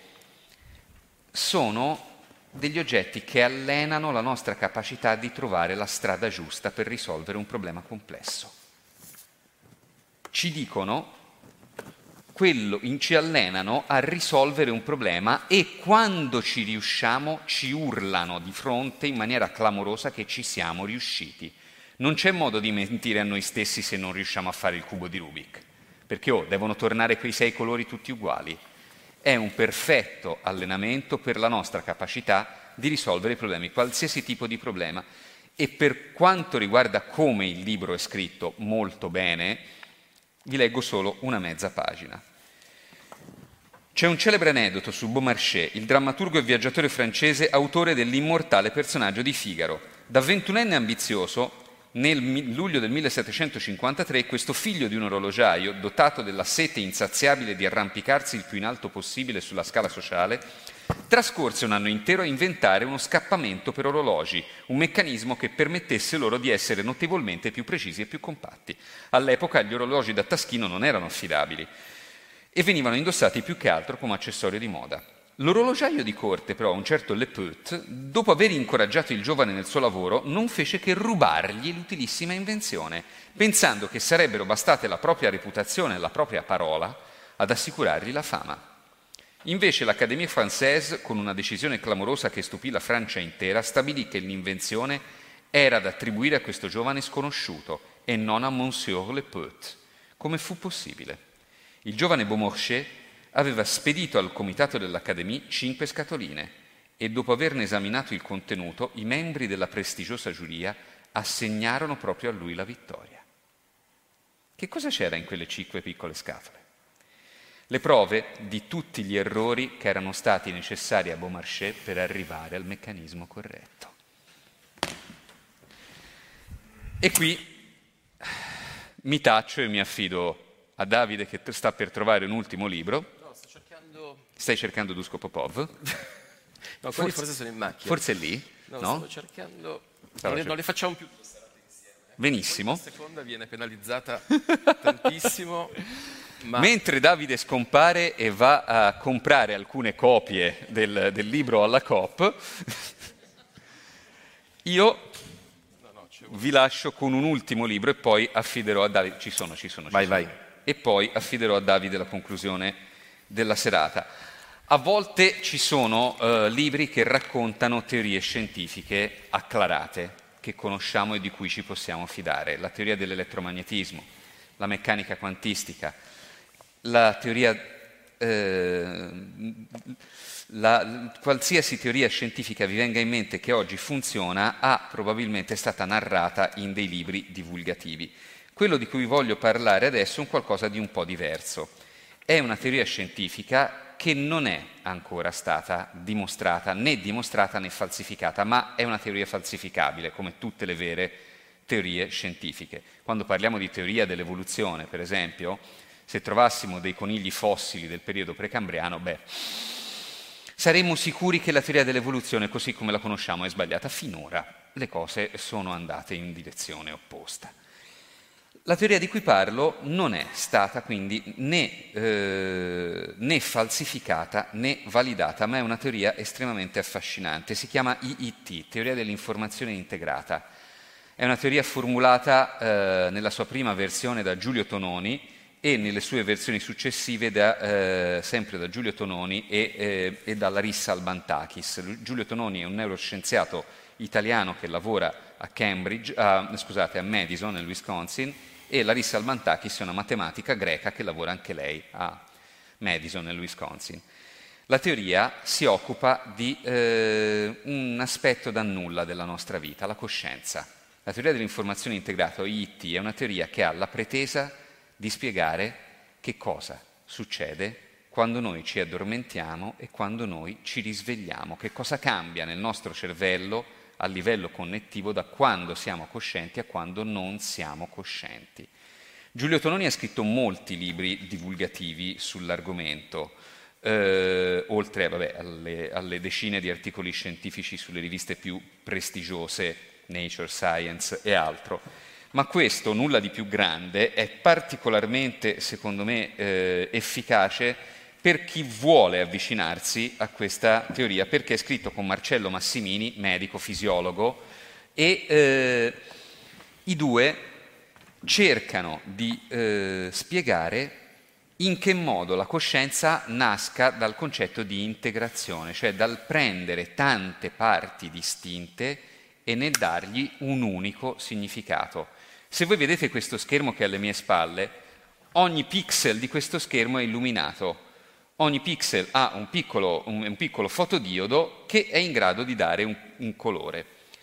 sono degli oggetti che allenano la nostra capacità di trovare la strada giusta per risolvere un problema complesso. Ci dicono ci allenano a risolvere un problema e quando ci riusciamo ci urlano di fronte in maniera clamorosa che ci siamo riusciti. Non c'è modo di mentire a noi stessi se non riusciamo a fare il cubo di Rubik, perché devono tornare quei 6 colori tutti uguali. È un perfetto allenamento per la nostra capacità di risolvere i problemi, qualsiasi tipo di problema. E per quanto riguarda come il libro è scritto, molto bene, vi leggo solo una mezza pagina. C'è un celebre aneddoto su Beaumarchais, il drammaturgo e viaggiatore francese, autore dell'immortale personaggio di Figaro. Da 21enne ambizioso, nel luglio del 1753, questo figlio di un orologiaio, dotato della sete insaziabile di arrampicarsi il più in alto possibile sulla scala sociale, trascorse un anno intero a inventare uno scappamento per orologi, un meccanismo che permettesse loro di essere notevolmente più precisi e più compatti. All'epoca gli orologi da taschino non erano affidabili e venivano indossati più che altro come accessorio di moda. L'orologiaio di corte, però, un certo Lepeut, dopo aver incoraggiato il giovane nel suo lavoro, non fece che rubargli l'utilissima invenzione, pensando che sarebbero bastate la propria reputazione e la propria parola ad assicurargli la fama. Invece l'Académie Française, con una decisione clamorosa che stupì la Francia intera, stabilì che l'invenzione era da attribuire a questo giovane sconosciuto e non a Monsieur Lepeut. Come fu possibile? Il giovane Beaumarchais aveva spedito al comitato dell'Académie 5 scatoline e dopo averne esaminato il contenuto, i membri della prestigiosa giuria assegnarono proprio a lui la vittoria. Che cosa c'era in quelle 5 piccole scatole? Le prove di tutti gli errori che erano stati necessari a Beaumarchais per arrivare al meccanismo corretto. E qui mi taccio e mi affido a Davide che sta per trovare un ultimo libro. No, sto cercando... Stai cercando Duško Popov? No, quelli forse sono in macchina. Forse è lì? No, no? sto cercando... Non le facciamo più insieme. Benissimo. La seconda viene penalizzata tantissimo. Ma... Mentre Davide scompare e va a comprare alcune copie del libro alla Coop, io vi lascio con un ultimo libro e poi affiderò a Davide... Ci sono. Vai. E poi affiderò a Davide la conclusione della serata. A volte ci sono libri che raccontano teorie scientifiche acclarate, che conosciamo e di cui ci possiamo fidare. La teoria dell'elettromagnetismo, la meccanica quantistica, la teoria... qualsiasi teoria scientifica vi venga in mente che oggi funziona probabilmente è stata narrata in dei libri divulgativi. Quello di cui vi voglio parlare adesso è un qualcosa di un po' diverso. È una teoria scientifica che non è ancora stata dimostrata né falsificata, ma è una teoria falsificabile, come tutte le vere teorie scientifiche. Quando parliamo di teoria dell'evoluzione, per esempio, se trovassimo dei conigli fossili del periodo precambriano, saremmo sicuri che la teoria dell'evoluzione, così come la conosciamo, è sbagliata. Finora le cose sono andate in direzione opposta. La teoria di cui parlo non è stata quindi né falsificata né validata, ma è una teoria estremamente affascinante. Si chiama IIT, teoria dell'informazione integrata. È una teoria formulata nella sua prima versione da Giulio Tononi e nelle sue versioni successive sempre da Giulio Tononi e da Larissa Albantakis. Giulio Tononi è un neuroscienziato italiano che lavora a a Madison, nel Wisconsin, e Larissa Albantakis è una matematica greca che lavora anche lei a Madison, nel Wisconsin. La teoria si occupa di un aspetto da nulla della nostra vita, la coscienza. La teoria dell'informazione integrata, o IIT, è una teoria che ha la pretesa di spiegare che cosa succede quando noi ci addormentiamo e quando noi ci risvegliamo, che cosa cambia nel nostro cervello a livello connettivo da quando siamo coscienti a quando non siamo coscienti. Giulio Tononi ha scritto molti libri divulgativi sull'argomento, oltre alle decine di articoli scientifici sulle riviste più prestigiose, Nature, Science e altro. Ma questo, nulla di più grande, è particolarmente, secondo me, efficace per chi vuole avvicinarsi a questa teoria, perché è scritto con Marcello Massimini, medico, fisiologo, e i due cercano di spiegare in che modo la coscienza nasca dal concetto di integrazione, cioè dal prendere tante parti distinte e nel dargli un unico significato. Se voi vedete questo schermo che è alle mie spalle, ogni pixel di questo schermo è illuminato. Ogni pixel ha un piccolo fotodiodo che è in grado di dare un colore.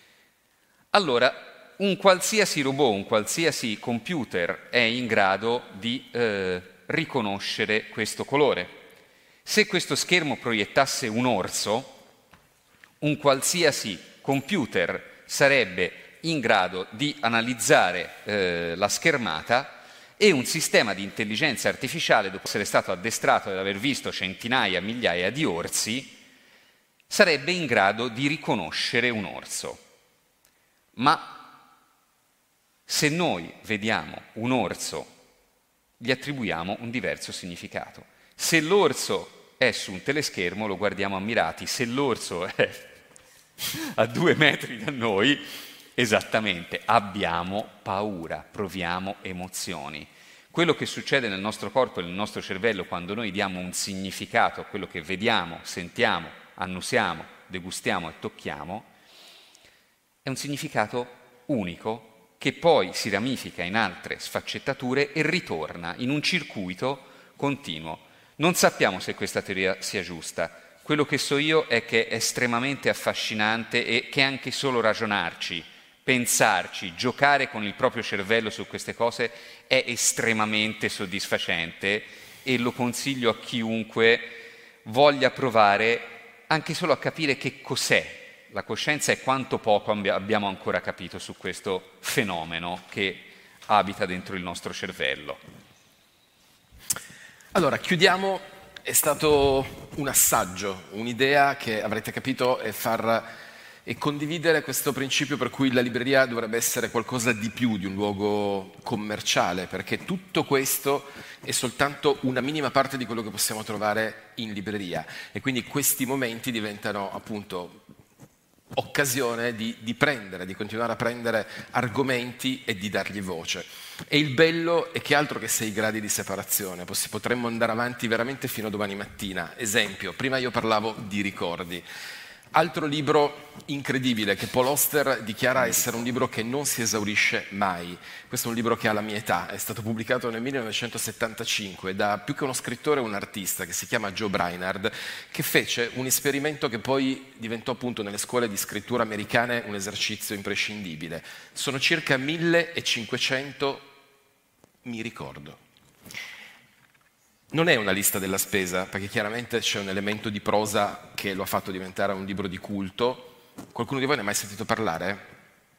Allora, un qualsiasi robot, un qualsiasi computer è in grado di riconoscere questo colore. Se questo schermo proiettasse un orso, un qualsiasi computer sarebbe in grado di analizzare la schermata e un sistema di intelligenza artificiale, dopo essere stato addestrato ed aver visto centinaia, migliaia di orsi, sarebbe in grado di riconoscere un orso. Ma se noi vediamo un orso, gli attribuiamo un diverso significato. Se l'orso è su un teleschermo, lo guardiamo ammirati. Se l'orso è a 2 metri da noi, esattamente, abbiamo paura, proviamo emozioni. Quello che succede nel nostro corpo e nel nostro cervello quando noi diamo un significato a quello che vediamo, sentiamo, annusiamo, degustiamo e tocchiamo, è un significato unico che poi si ramifica in altre sfaccettature e ritorna in un circuito continuo. Non sappiamo se questa teoria sia giusta. Quello che so io è che è estremamente affascinante e che anche solo ragionarci, pensarci, giocare con il proprio cervello su queste cose è estremamente soddisfacente e lo consiglio a chiunque voglia provare anche solo a capire che cos'è la coscienza e quanto poco abbiamo ancora capito su questo fenomeno che abita dentro il nostro cervello. Allora, chiudiamo. È stato un assaggio, un'idea che avrete capito è condividere questo principio per cui la libreria dovrebbe essere qualcosa di più di un luogo commerciale, perché tutto questo è soltanto una minima parte di quello che possiamo trovare in libreria e quindi questi momenti diventano appunto occasione di continuare a prendere argomenti e di dargli voce. E il bello è che altro che 6 gradi di separazione, potremmo andare avanti veramente fino a domani mattina. Esempio, prima io parlavo di ricordi. Altro libro incredibile che Paul Auster dichiara essere un libro che non si esaurisce mai. Questo è un libro che ha la mia età, è stato pubblicato nel 1975 da più che uno scrittore un artista che si chiama Joe Brainard, che fece un esperimento che poi diventò appunto nelle scuole di scrittura americane un esercizio imprescindibile. Sono circa 1500 mi ricordo. Non è una lista della spesa, perché chiaramente c'è un elemento di prosa che lo ha fatto diventare un libro di culto. Qualcuno di voi ne ha mai sentito parlare?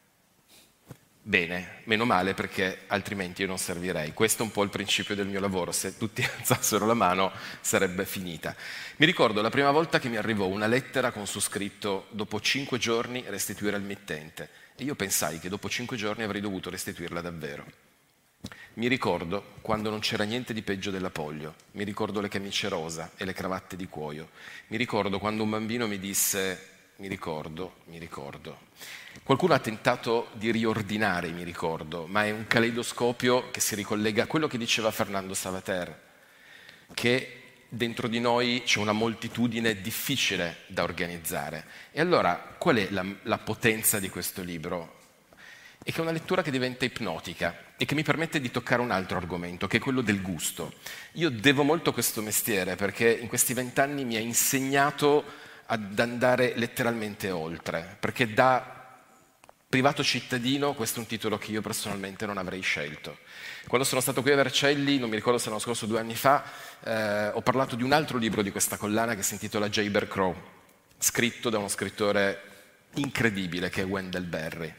Bene, meno male, perché altrimenti io non servirei. Questo è un po' il principio del mio lavoro, se tutti alzassero la mano sarebbe finita. Mi ricordo la prima volta che mi arrivò una lettera con su scritto dopo 5 giorni restituire al mittente e io pensai che dopo 5 giorni avrei dovuto restituirla davvero. Mi ricordo quando non c'era niente di peggio della polio, mi ricordo le camicie rosa e le cravatte di cuoio, mi ricordo quando un bambino mi disse mi ricordo. Qualcuno ha tentato di riordinare, mi ricordo, ma è un caleidoscopio che si ricollega a quello che diceva Fernando Savater, che dentro di noi c'è una moltitudine difficile da organizzare. E allora, qual è la potenza di questo libro? È che è una lettura che diventa ipnotica e che mi permette di toccare un altro argomento, che è quello del gusto. Io devo molto questo mestiere perché in questi 20 anni mi ha insegnato ad andare letteralmente oltre, perché da privato cittadino questo è un titolo che io personalmente non avrei scelto. Quando sono stato qui a Vercelli, non mi ricordo se l'anno scorso o 2 anni fa, ho parlato di un altro libro di questa collana che si intitola J. Bear Crow, scritto da uno scrittore incredibile che è Wendell Berry.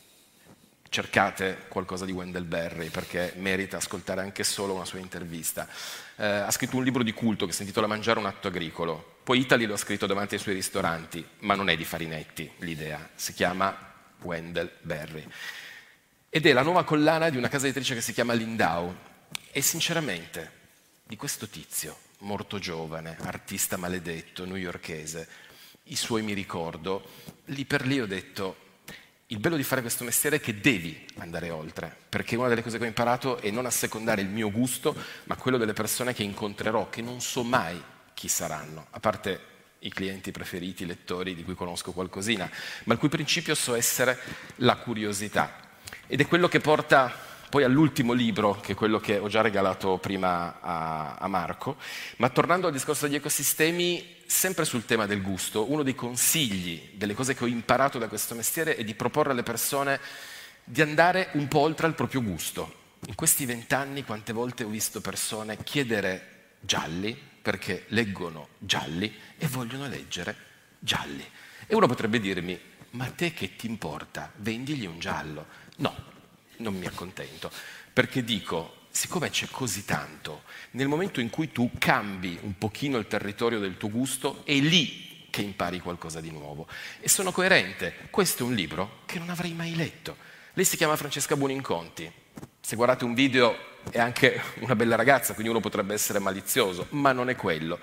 Cercate qualcosa di Wendell Berry perché merita ascoltare anche solo una sua intervista. Ha scritto un libro di culto che si intitola Mangiare un atto agricolo. Poi Italy lo ha scritto davanti ai suoi ristoranti, ma non è di Farinetti l'idea, si chiama Wendell Berry. Ed è la nuova collana di una casa editrice che si chiama Lindau. E sinceramente, di questo tizio, morto giovane, artista maledetto, newyorkese, i suoi mi ricordo, lì per lì ho detto: il bello di fare questo mestiere è che devi andare oltre, perché una delle cose che ho imparato è non assecondare il mio gusto, ma quello delle persone che incontrerò, che non so mai chi saranno, a parte i clienti preferiti, i lettori di cui conosco qualcosina, ma il cui principio so essere la curiosità. Ed è quello che porta poi all'ultimo libro, che è quello che ho già regalato prima a Marco, ma tornando al discorso degli ecosistemi, sempre sul tema del gusto, uno dei consigli, delle cose che ho imparato da questo mestiere è di proporre alle persone di andare un po' oltre al proprio gusto. In questi 20 anni quante volte ho visto persone chiedere gialli, perché leggono gialli e vogliono leggere gialli. E uno potrebbe dirmi: ma a te che ti importa? Vendigli un giallo. No, non mi accontento, perché dico, siccome c'è così tanto, nel momento in cui tu cambi un pochino il territorio del tuo gusto, è lì che impari qualcosa di nuovo. E sono coerente, questo è un libro che non avrei mai letto. Lei si chiama Francesca Buoninconti. Se guardate un video è anche una bella ragazza, quindi uno potrebbe essere malizioso, ma non è quello.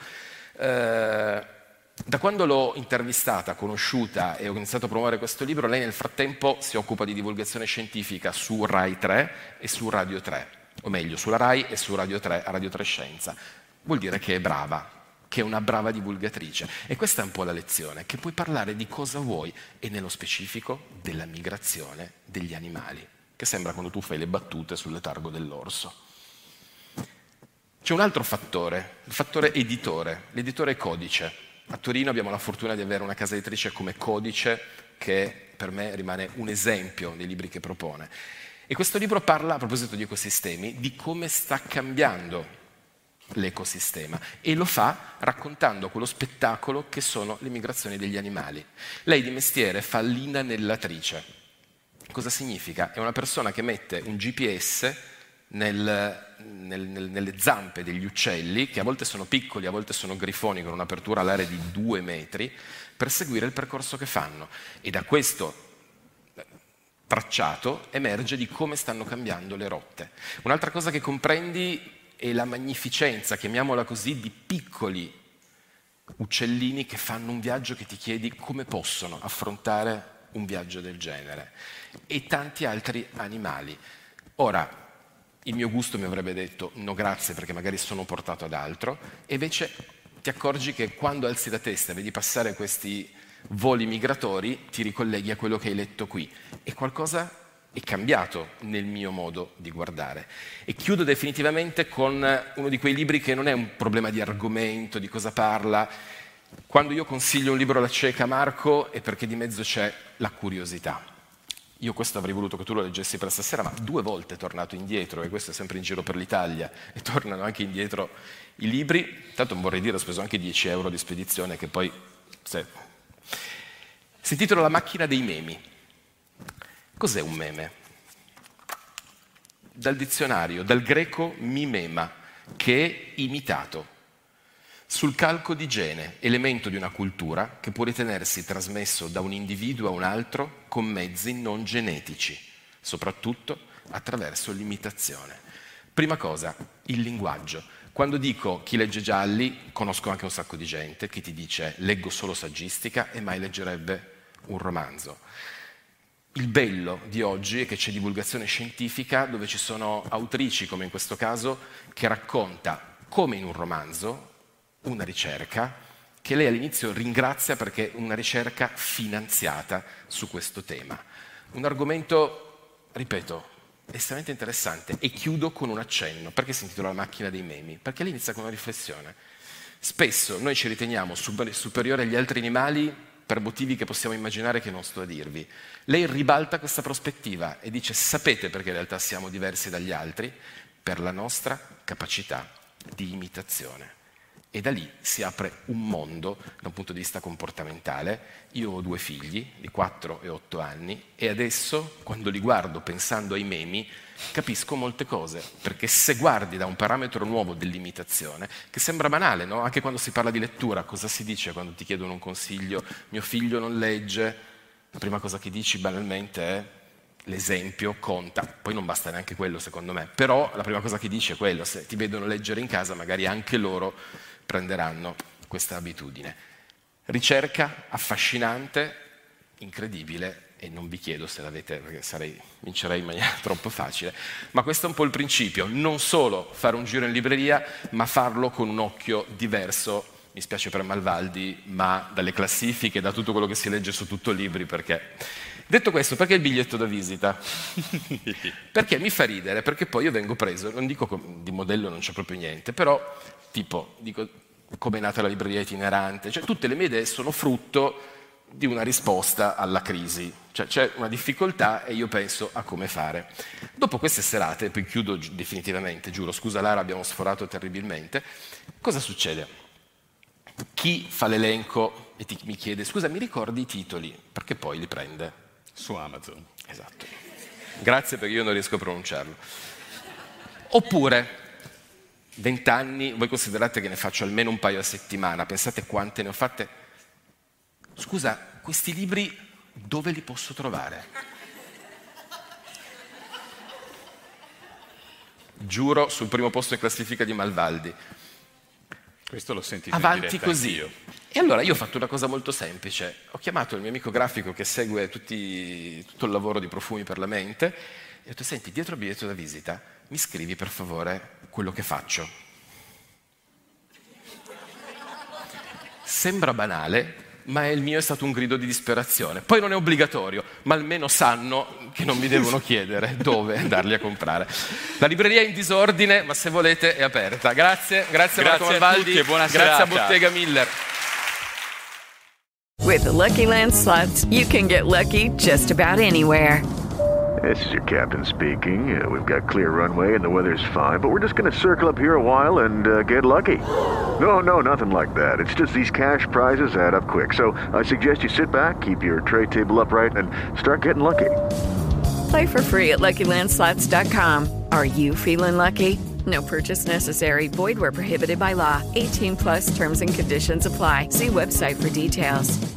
Da quando l'ho intervistata, conosciuta e ho iniziato a promuovere questo libro, lei nel frattempo si occupa di divulgazione scientifica su Rai 3 e su Radio 3, o meglio, sulla Rai e su Radio 3, a Radio 3 Scienza. Vuol dire che è brava, che è una brava divulgatrice. E questa è un po' la lezione, che puoi parlare di cosa vuoi, e nello specifico della migrazione degli animali, che sembra quando tu fai le battute sul letargo dell'orso. C'è un altro fattore, il fattore editore, l'editore Codice. A Torino abbiamo la fortuna di avere una casa editrice come Codice, che per me rimane un esempio dei libri che propone. E questo libro parla, a proposito di ecosistemi, di come sta cambiando l'ecosistema, e lo fa raccontando quello spettacolo che sono le migrazioni degli animali. Lei di mestiere fa l'inanellatrice. Cosa significa? È una persona che mette un GPS nelle zampe degli uccelli, che a volte sono piccoli, a volte sono grifoni con un'apertura all'aria di 2 metri, per seguire il percorso che fanno. E da questo tracciato emerge di come stanno cambiando le rotte. Un'altra cosa che comprendi è la magnificenza, chiamiamola così, di piccoli uccellini che fanno un viaggio che ti chiedi come possono affrontare un viaggio del genere, e tanti altri animali. Ora, il mio gusto mi avrebbe detto no grazie, perché magari sono portato ad altro, e invece ti accorgi che quando alzi la testa e vedi passare questi voli migratori ti ricolleghi a quello che hai letto qui, e qualcosa è cambiato nel mio modo di guardare. E chiudo definitivamente con uno di quei libri che non è un problema di argomento, di cosa parla. Quando io consiglio un libro alla cieca, Marco, è perché di mezzo c'è la curiosità. Io questo avrei voluto che tu lo leggessi per stasera, ma 2 volte è tornato indietro, e questo è sempre in giro per l'Italia, e tornano anche indietro i libri. Tanto non vorrei dire, ho speso anche 10 euro di spedizione, che poi... Si intitola La macchina dei memi. Cos'è un meme? Dal dizionario, dal greco mimema, che è imitato. Sul calco di gene, elemento di una cultura che può ritenersi trasmesso da un individuo a un altro con mezzi non genetici, soprattutto attraverso l'imitazione. Prima cosa, il linguaggio. Quando dico chi legge gialli, conosco anche un sacco di gente che ti dice leggo solo saggistica e mai leggerebbe un romanzo. Il bello di oggi è che c'è divulgazione scientifica dove ci sono autrici, come in questo caso, che racconta, come in un romanzo, una ricerca che lei all'inizio ringrazia perché è una ricerca finanziata su questo tema. Un argomento, ripeto, estremamente interessante, e chiudo con un accenno. Perché si intitola La macchina dei memi? Perché lei inizia con una riflessione. Spesso noi ci riteniamo superiori agli altri animali per motivi che possiamo immaginare che non sto a dirvi. Lei ribalta questa prospettiva e dice: sapete perché in realtà siamo diversi dagli altri? Per la nostra capacità di imitazione. E da lì si apre un mondo da un punto di vista comportamentale. Io ho 2 figli di 4 e 8 anni e adesso, quando li guardo pensando ai memi, capisco molte cose, perché se guardi da un parametro nuovo dell'imitazione, che sembra banale, no? Anche quando si parla di lettura, cosa si dice quando ti chiedono un consiglio? Mio figlio non legge, la prima cosa che dici banalmente è l'esempio conta, poi non basta neanche quello secondo me, però la prima cosa che dici è quello, se ti vedono leggere in casa magari anche loro prenderanno questa abitudine. Ricerca affascinante, incredibile, e non vi chiedo se l'avete, perché vincerei in maniera troppo facile, ma questo è un po' il principio, non solo fare un giro in libreria, ma farlo con un occhio diverso, mi spiace per Malvaldi, ma dalle classifiche, da tutto quello che si legge su tutto libri, perché... Detto questo, perché il biglietto da visita? Perché mi fa ridere, perché poi io vengo preso, non dico di modello non c'è proprio niente, però tipo, dico come è nata la libreria itinerante, cioè tutte le mie idee sono frutto di una risposta alla crisi, cioè c'è una difficoltà e io penso a come fare. Dopo queste serate, poi chiudo definitivamente, giuro, scusa Lara, abbiamo sforato terribilmente, cosa succede? Chi fa l'elenco e mi chiede, scusa, mi ricordi i titoli? Perché poi li prende. Su Amazon. Esatto. Grazie perché io non riesco a pronunciarlo. Oppure, 20 anni, voi considerate che ne faccio almeno un paio a settimana, pensate quante ne ho fatte? Scusa, questi libri dove li posso trovare? Giuro, sul primo posto in classifica di Malvaldi. Questo l'ho sentito Avanti in così. anch'io. E allora io ho fatto una cosa molto semplice. Ho chiamato il mio amico grafico che segue tutto il lavoro di Profumi per la mente e ho detto: senti, dietro il biglietto da visita mi scrivi per favore quello che faccio. Sembra banale, ma il mio è stato un grido di disperazione. Poi non è obbligatorio, ma almeno sanno che non mi devono chiedere dove andarli a comprare. La libreria è in disordine, ma se volete è aperta. Grazie Marco Malvaldi, e buona grazie serata. a Bottega Miller. With the Lucky Land Slots, you can get lucky just about anywhere. This is your captain speaking. We've got clear runway and the weather's fine, but we're just going to circle up here a while and get lucky. No, nothing like that. It's just these cash prizes add up quick. So I suggest you sit back, keep your tray table upright, and start getting lucky. Play for free at LuckyLandSlots.com. Are you feeling lucky? No purchase necessary. Void where prohibited by law. 18+ terms and conditions apply. See website for details.